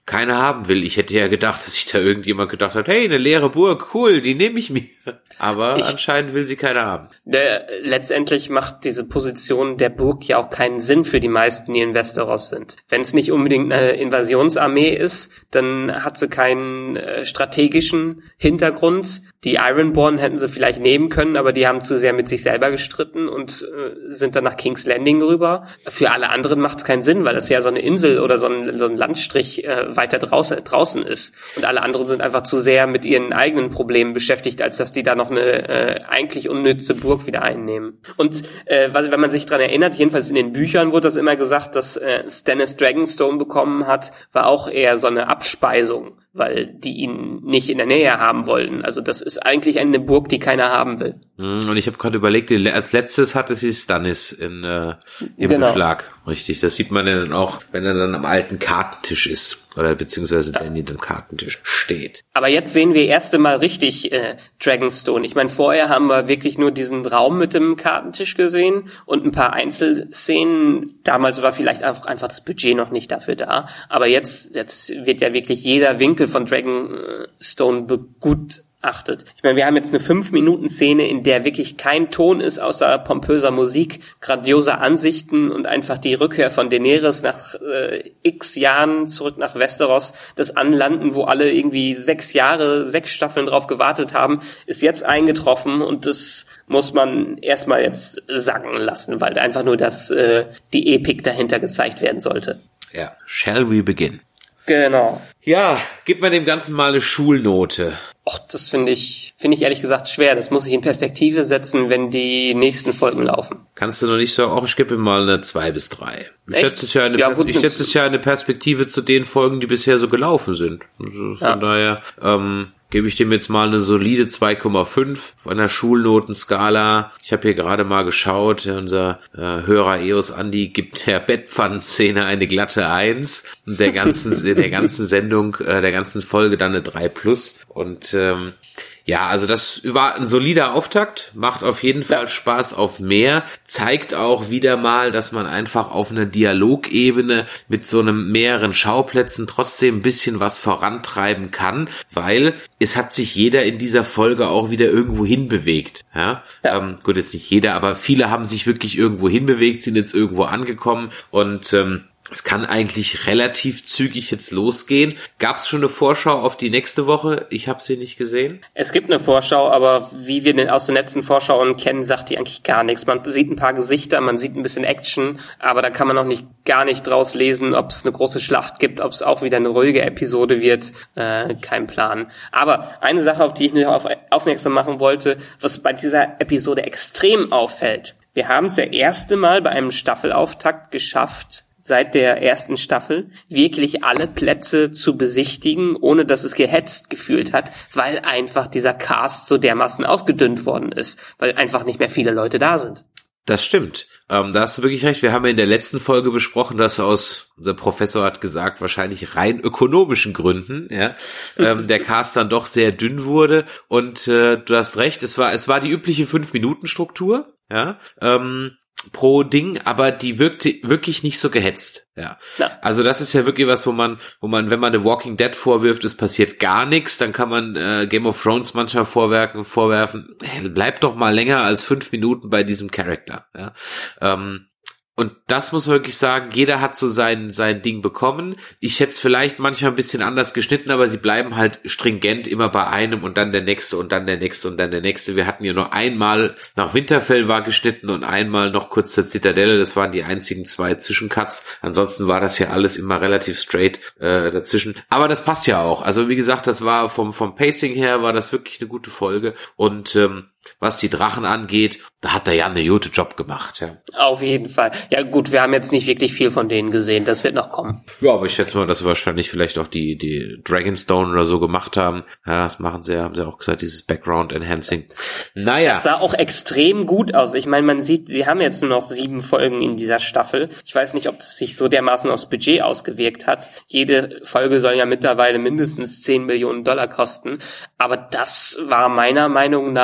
keiner haben will. Ich hätte ja gedacht, dass sich da irgendjemand gedacht hat, hey, eine leere Burg, cool, die nehme ich mir. Aber ich, anscheinend will sie keiner haben. Der, letztendlich macht diese Position der Burg ja auch keinen Sinn für die meisten, die in Westeros sind. Wenn es nicht unbedingt eine Invasionsarmee ist, dann hat sie keinen äh, strategischen Hintergrund. Die Ironborn hätten sie vielleicht nehmen können, aber die haben zu sehr mit sich selber gestritten und äh, sind dann nach King's Landing rüber. Für alle anderen macht es keinen Sinn, weil es ja so eine Insel oder so ein, so ein Landstrich äh, weiter draußen, draußen ist. Und alle anderen sind einfach zu sehr mit ihren eigenen Problemen beschäftigt, als dass die da noch eine äh, eigentlich unnütze Burg wieder einnehmen. Und äh, wenn man sich dran erinnert, jedenfalls in den Büchern wurde das immer gesagt, dass äh, Stannis Dragonstone bekommen hat, war auch eher so eine Abspeisung, weil die ihn nicht in der Nähe haben wollten. Also das ist eigentlich eine Burg, die keiner haben will. Und ich habe gerade überlegt, als letztes hatte sie Stannis in, äh, im genau. Beschlag. Richtig, das sieht man ja dann auch, wenn er dann am alten Kartentisch ist. Oder beziehungsweise ja. Danny am Kartentisch steht. Aber jetzt sehen wir erste Mal richtig äh, Dragonstone. Ich meine, vorher haben wir wirklich nur diesen Raum mit dem Kartentisch gesehen und ein paar Einzelszenen. Damals war vielleicht einfach, einfach das Budget noch nicht dafür da. Aber jetzt, jetzt wird ja wirklich jeder Winkel von Dragonstone begutachtet. Achtet. Ich meine, wir haben jetzt eine fünf Minuten Szene, in der wirklich kein Ton ist, außer pompöser Musik, grandioser Ansichten und einfach die Rückkehr von Daenerys nach äh, x Jahren zurück nach Westeros. Das Anlanden, wo alle irgendwie sechs Jahre, sechs Staffeln drauf gewartet haben, ist jetzt eingetroffen und das muss man erstmal jetzt sacken lassen, weil einfach nur das äh, die Epik dahinter gezeigt werden sollte. Ja, shall we begin? Genau. Ja, gib mir dem Ganzen mal eine Schulnote. Och, das finde ich, finde ich ehrlich gesagt schwer. Das muss ich in Perspektive setzen, wenn die nächsten Folgen laufen. Kannst du noch nicht sagen, auch ich gebe ihm mal eine zwei bis drei. Ich setze es ja eine, ja, Pers- ich setze es ja eine Perspektive zu den Folgen, die bisher so gelaufen sind. Also von ja. daher, ähm, gebe ich dem jetzt mal eine solide zwei Komma fünf von der Schulnotenskala. Ich habe hier gerade mal geschaut, unser äh, Hörer Eos Andi gibt der Bettpfannenszene eine glatte eins und der ganzen der ganzen Sendung, äh, der ganzen Folge dann eine drei plus. Und ähm, ja, also das war ein solider Auftakt, macht auf jeden Fall ja. Spaß auf mehr, zeigt auch wieder mal, dass man einfach auf einer Dialogebene mit so einem mehreren Schauplätzen trotzdem ein bisschen was vorantreiben kann, weil es hat sich jeder in dieser Folge auch wieder irgendwo hinbewegt. Ja? Ja. Ähm, gut, jetzt nicht jeder, aber viele haben sich wirklich irgendwo hinbewegt, sind jetzt irgendwo angekommen und ähm, es kann eigentlich relativ zügig jetzt losgehen. Gab es schon eine Vorschau auf die nächste Woche? Ich habe sie nicht gesehen. Es gibt eine Vorschau, aber wie wir den aus den letzten Vorschauen kennen, sagt die eigentlich gar nichts. Man sieht ein paar Gesichter, man sieht ein bisschen Action, aber da kann man noch nicht gar nicht draus lesen, ob es eine große Schlacht gibt, ob es auch wieder eine ruhige Episode wird. Äh, kein Plan. Aber eine Sache, auf die ich noch auf, aufmerksam machen wollte, was bei dieser Episode extrem auffällt. Wir haben es das erste Mal bei einem Staffelauftakt geschafft, seit der ersten Staffel wirklich alle Plätze zu besichtigen, ohne dass es gehetzt gefühlt hat, weil einfach dieser Cast so dermaßen ausgedünnt worden ist, weil einfach nicht mehr viele Leute da sind. Das stimmt. Ähm, da hast du wirklich recht. Wir haben ja in der letzten Folge besprochen, dass aus, unser Professor hat gesagt, wahrscheinlich rein ökonomischen Gründen, ja, ähm, der Cast dann doch sehr dünn wurde. Und äh, du hast recht, es war es war die übliche fünf-Minuten-Struktur, ja, ähm, pro Ding, aber die wirkte wirklich nicht so gehetzt. Ja. ja. Also das ist ja wirklich was, wo man, wo man, wenn man The Walking Dead vorwirft, es passiert gar nichts, dann kann man äh, Game of Thrones manchmal vorwerfen, vorwerfen, hey, bleib doch mal länger als fünf Minuten bei diesem Charakter. Ja. Ähm, Und das muss man wirklich sagen, jeder hat so sein sein Ding bekommen. Ich hätte es vielleicht manchmal ein bisschen anders geschnitten, aber sie bleiben halt stringent immer bei einem und dann der nächste und dann der nächste und dann der nächste. Wir hatten ja nur einmal, nach Winterfell war geschnitten und einmal noch kurz zur Zitadelle. Das waren die einzigen zwei Zwischencuts. Ansonsten war das ja alles immer relativ straight äh, dazwischen. Aber das passt ja auch. Also wie gesagt, das war vom vom Pacing her, war das wirklich eine gute Folge. Und ähm, was die Drachen angeht, da hat der Jan eine gute Job gemacht, ja. Auf jeden Fall. Ja gut, wir haben jetzt nicht wirklich viel von denen gesehen, das wird noch kommen. Ja, aber ich schätze mal, dass sie wahrscheinlich vielleicht auch die die Dragonstone oder so gemacht haben. Ja, das machen sie ja, haben sie auch gesagt, dieses Background Enhancing. Naja. Das sah auch extrem gut aus. Ich meine, man sieht, sie haben jetzt nur noch sieben Folgen in dieser Staffel. Ich weiß nicht, ob das sich so dermaßen aufs Budget ausgewirkt hat. Jede Folge soll ja mittlerweile mindestens zehn Millionen Dollar kosten. Aber das war meiner Meinung nach schon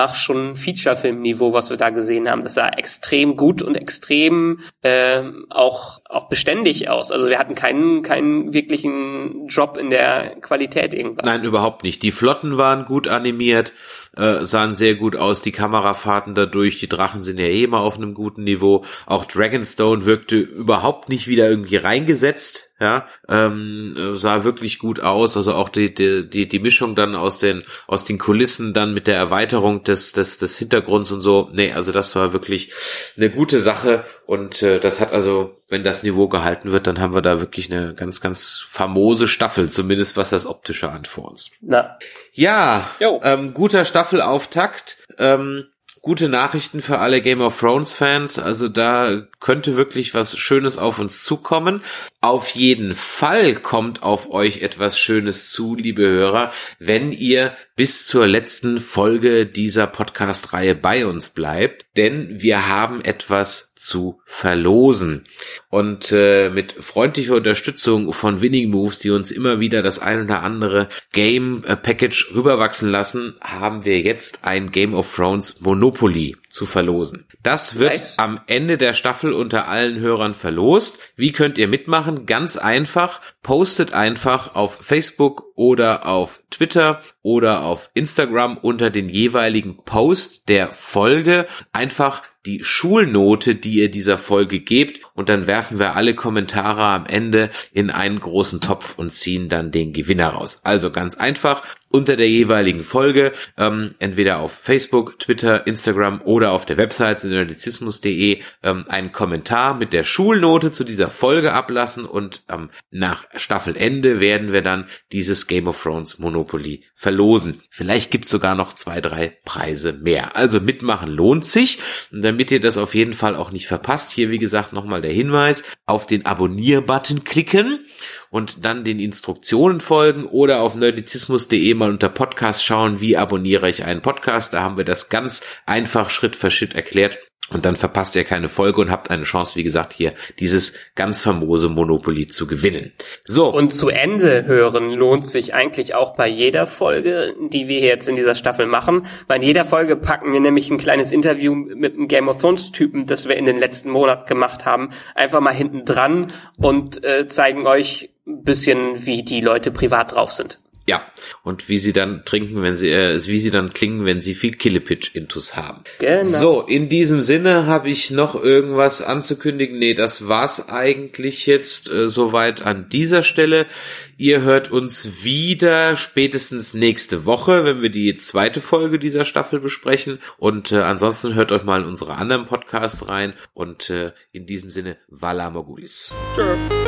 ein Feature-Film-Niveau, was wir da gesehen haben. Das sah extrem gut und extrem äh, auch auch beständig aus. Also wir hatten keinen keinen wirklichen Drop in der Qualität irgendwann. Nein, überhaupt nicht. Die Flotten waren gut animiert, äh, sahen sehr gut aus, die Kamerafahrten dadurch, die Drachen sind ja eh immer auf einem guten Niveau. Auch Dragonstone wirkte überhaupt nicht wieder irgendwie reingesetzt. Ja, ähm, sah wirklich gut aus, also auch die die die die Mischung dann aus den aus den Kulissen dann mit der Erweiterung des des des Hintergrunds und so. Nee, also das war wirklich eine gute Sache und äh, das hat also, wenn das Niveau gehalten wird, dann haben wir da wirklich eine ganz ganz famose Staffel, zumindest was das Optische an vor uns. Na. Ja, ähm, guter Staffelauftakt. Ähm, Gute Nachrichten für alle Game of Thrones Fans, also da könnte wirklich was Schönes auf uns zukommen. Auf jeden Fall kommt auf euch etwas Schönes zu, liebe Hörer, wenn ihr bis zur letzten Folge dieser Podcast-Reihe bei uns bleibt, denn wir haben etwas zu verlosen. Und äh, mit freundlicher Unterstützung von Winning Moves, die uns immer wieder das ein oder andere Game-Package rüberwachsen lassen, haben wir jetzt ein Game of Thrones Monopoly zu verlosen. Das wird nice. Am Ende der Staffel unter allen Hörern verlost. Wie könnt ihr mitmachen? Ganz einfach. Postet einfach auf Facebook oder auf Twitter oder auf Instagram unter den jeweiligen Post der Folge einfach die Schulnote, die ihr dieser Folge gebt, und dann werfen wir alle Kommentare am Ende in einen großen Topf und ziehen dann den Gewinner raus. Also ganz einfach, unter der jeweiligen Folge, ähm, entweder auf Facebook, Twitter, Instagram oder auf der Webseite nerdizismus punkt de ähm, einen Kommentar mit der Schulnote zu dieser Folge ablassen und ähm, nach Staffelende werden wir dann dieses Game of Thrones Monopoly verlosen. Vielleicht gibt's sogar noch zwei, drei Preise mehr. Also mitmachen lohnt sich. Und damit ihr das auf jeden Fall auch nicht verpasst, hier wie gesagt nochmal der Hinweis, auf den Abonnier-Button klicken und dann den Instruktionen folgen oder auf nerdizismus punkt de mal unter Podcast schauen, wie abonniere ich einen Podcast. Da haben wir das ganz einfach Schritt für Schritt erklärt. Und dann verpasst ihr keine Folge und habt eine Chance, wie gesagt, hier dieses ganz famose Monopoly zu gewinnen. So. Und zu Ende hören lohnt sich eigentlich auch bei jeder Folge, die wir jetzt in dieser Staffel machen. Bei jeder Folge packen wir nämlich ein kleines Interview mit einem Game of Thrones Typen, das wir in den letzten Monaten gemacht haben, einfach mal hinten dran und äh, zeigen euch ein bisschen, wie die Leute privat drauf sind. Ja, und wie sie dann trinken, wenn sie, äh, wie sie dann klingen, wenn sie viel Killepitch-Intus haben. Genau. So, in diesem Sinne habe ich noch irgendwas anzukündigen. Nee, das war's eigentlich jetzt äh, soweit an dieser Stelle. Ihr hört uns wieder spätestens nächste Woche, wenn wir die zweite Folge dieser Staffel besprechen. Und äh, ansonsten hört euch mal in unsere anderen Podcasts rein. Und äh, in diesem Sinne, Vala Mogulis. Tschö.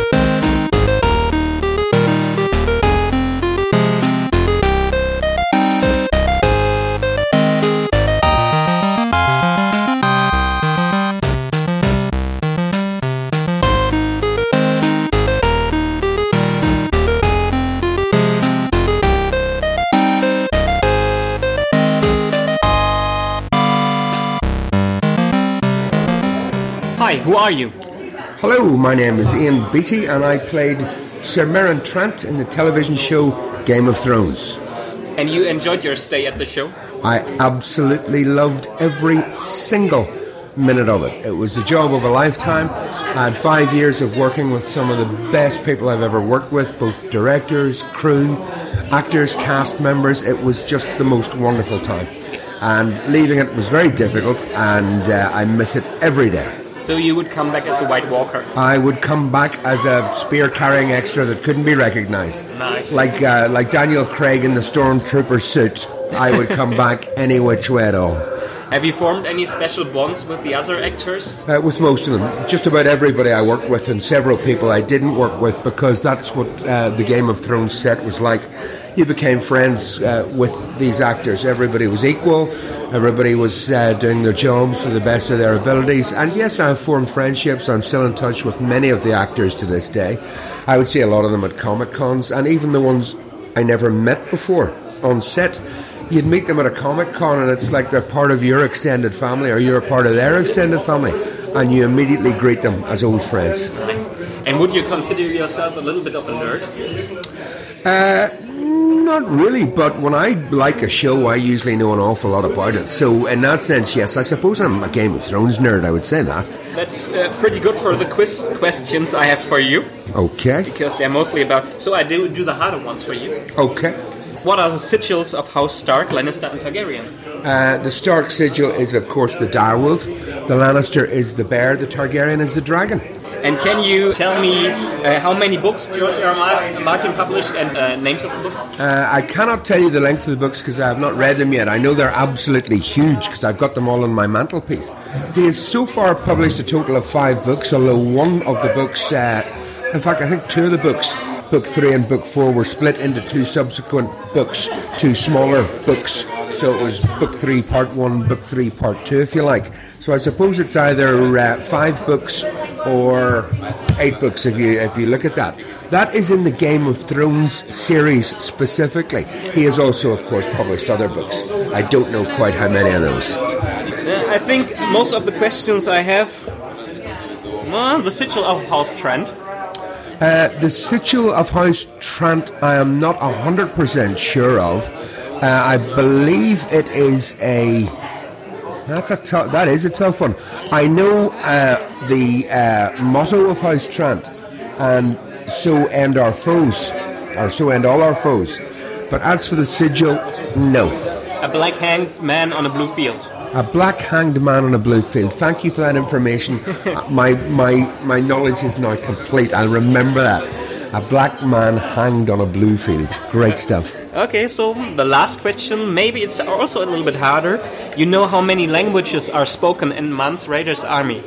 Hi, who are you? Hello, my name is Ian Beattie and I played Sir Meryn Trant in the television show Game of Thrones. And you enjoyed your stay at the show? I absolutely loved every single minute of it. It was the job of a lifetime. I had five years of working with some of the best people I've ever worked with, both directors, crew, actors, cast members. It was just the most wonderful time. And leaving it was very difficult, and uh, I miss it every day. So you would come back as a White Walker? I would come back as a spear-carrying extra that couldn't be recognised. Nice. Like uh, like Daniel Craig in the Stormtrooper suit. I would come back any which way at all. Have you formed any special bonds with the other actors? Uh, with most of them. Just about everybody I worked with, and several people I didn't work with, because that's what uh, the Game of Thrones set was like. You became friends uh, with these actors. Everybody was equal. Everybody was uh, doing their jobs to the best of their abilities. And yes, I've formed friendships. I'm still in touch with many of the actors to this day. I would see a lot of them at Comic-Cons, and even the ones I never met before on set. You'd meet them at a Comic-Con and it's like they're part of your extended family, or you're part of their extended family, and you immediately greet them as old friends. Nice. And would you consider yourself a little bit of a nerd? Uh, not really, but when I like a show, I usually know an awful lot about it. So in that sense, yes, I suppose I'm a Game of Thrones nerd, I would say that. That's uh, pretty good for the quiz questions I have for you. Okay. Because they're mostly about... So I do do the harder ones for you. Okay. What are the sigils of House Stark, Lannister and Targaryen? Uh, the Stark sigil is, of course, the direwolf. The Lannister is the bear. The Targaryen is the dragon. And can you tell me uh, how many books George R. R. Martin published and uh, names of the books? Uh, I cannot tell you the length of the books because I have not read them yet. I know they're absolutely huge because I've got them all on my mantelpiece. He has so far published a total of five books, although one of the books, uh, in fact, I think two of the books, Book three and Book four, were split into two subsequent books, two smaller books. So it was Book three, Part one, Book three, Part two, if you like. So I suppose it's either uh, five books or eight books if you if you look at that. That is in the Game of Thrones series specifically. He has also, of course, published other books. I don't know quite how many of those. Uh, I think most of the questions I have... Uh, the sigil of House Trent. Uh, the sigil of House Trent I am not one hundred percent sure of. Uh, I believe it is a... That's a t- that is a tough one. I know uh, the uh, motto of House Trent, and so end our foes, or so end all our foes. But as for the sigil, no. A black hanged man on a blue field. A black hanged man on a blue field. Thank you for that information. my my my knowledge is now complete. I'll remember that. A black man hanged on a blue field. Great stuff. Okay, so the last question, maybe it's also a little bit harder. You know how many languages are spoken in Mance Rayder's army?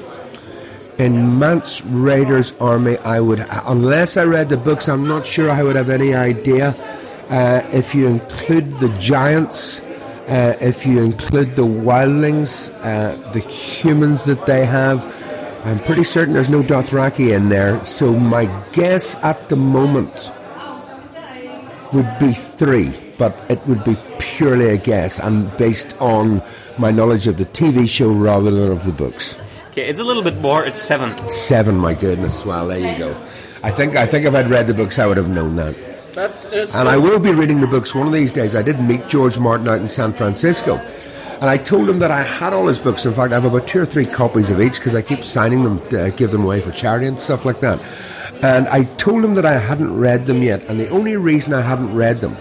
In Mance Rayder's army, I would, unless I read the books, I'm not sure I would have any idea. Uh, if you include the giants, uh, if you include the wildlings, uh, the humans that they have, I'm pretty certain there's no Dothraki in there. So my guess at the moment would be three, but it would be purely a guess and based on my knowledge of the T V show rather than of the books. Okay, it's a little bit more. It's seven. Seven, my goodness. Well, there you go. I think I think if I'd read the books, I would have known that. That's uh, still... And I will be reading the books one of these days. I did meet George Martin out in San Francisco, and I told him that I had all his books. In fact, I have about two or three copies of each because I keep signing them to give them away for charity and stuff like that. And I told him that I hadn't read them yet, and the only reason I hadn't read them,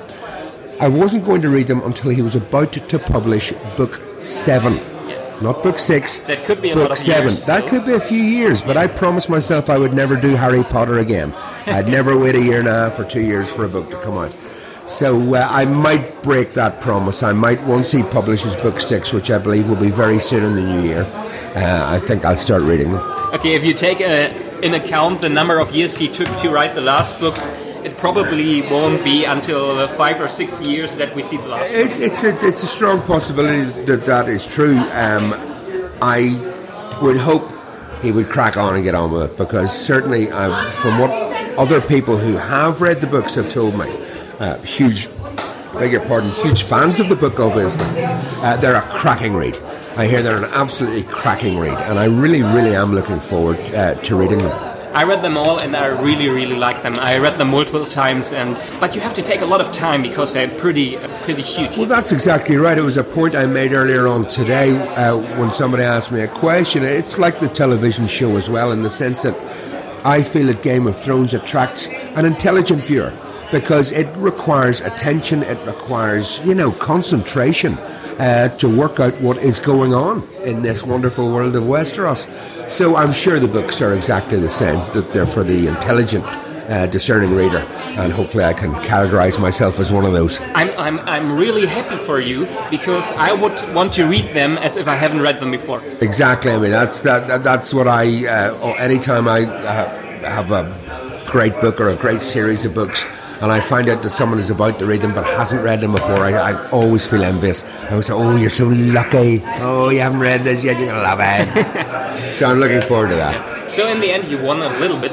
I wasn't going to read them until he was about to, to publish book seven. Yes. Not book six, that could be a book lot of seven. Years, that so. could be a few years, but I promised myself I would never do Harry Potter again. I'd never wait a year and a half or two years for a book to come out. So uh, I might break that promise. I might, once he publishes book six, which I believe will be very soon in the new year, uh, I think I'll start reading them. Okay, if you take a, in account the number of years he took to write the last book, it probably won't be until five or six years that we see the last it, it's, it's it's a strong possibility that that is true. Um, I would hope he would crack on and get on with it, because certainly uh, from what other people who have read the books have told me, uh, huge, beg your pardon, huge fans of the book, obviously, uh, they're a cracking read. I hear they're an absolutely cracking read, and I really, really am looking forward uh, to reading them. I read them all, and I really, really like them. I read them multiple times, and but you have to take a lot of time because they're pretty, uh, pretty huge. Well, that's exactly right. It was a point I made earlier on today uh, when somebody asked me a question. It's like the television show as well, in the sense that I feel that Game of Thrones attracts an intelligent viewer because it requires attention, it requires, you know, concentration. Uh, to work out what is going on in this wonderful world of Westeros. So I'm sure the books are exactly the same, that they're for the intelligent, uh, discerning reader, and hopefully I can categorize myself as one of those. I'm, I'm, I'm really happy for you, because I would want to read them as if I haven't read them before. Exactly. I mean, that's that, that that's what I, uh, anytime I uh, have a great book or a great series of books, and I find out that someone is about to read them but hasn't read them before, I, I always feel envious. I always say, oh, you're so lucky. Oh, you haven't read this yet, you're going to love it. So I'm looking forward to that. So in the end, you won a little bit.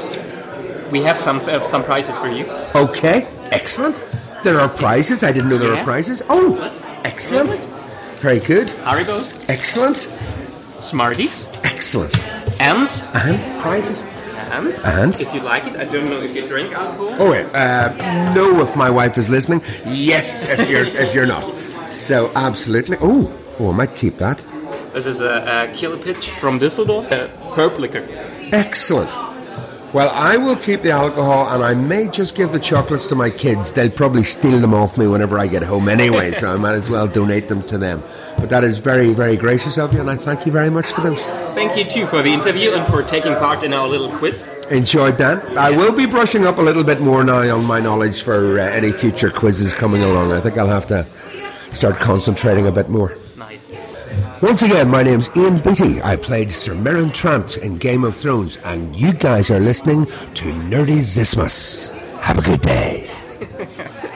We have some uh, some prizes for you. Okay, excellent. There are prizes. I didn't know there yes. were prizes. Oh, excellent. Very good. Haribos. Excellent. Smarties. Excellent. And? And prizes. And, And? if you like it, I don't know if you drink alcohol. Oh, wait, uh, no, if my wife is listening. Yes, if you're if you're not. So, absolutely. Oh, oh, I might keep that. This is a, a killer pitch from Düsseldorf, a herb liquor. Excellent. Well, I will keep the alcohol, and I may just give the chocolates to my kids. They'll probably steal them off me whenever I get home anyway, so I might as well donate them to them. But that is very, very gracious of you, and I thank you very much for those. Thank you, too, for the interview and for taking part in our little quiz. Enjoyed that. I will be brushing up a little bit more now on my knowledge for uh, any future quizzes coming along. I think I'll have to start concentrating a bit more. Nice. Once again, my name's Ian Beattie. I played Sir Meryn Trant in Game of Thrones, and you guys are listening to Nerdy Zismus. Have a good day.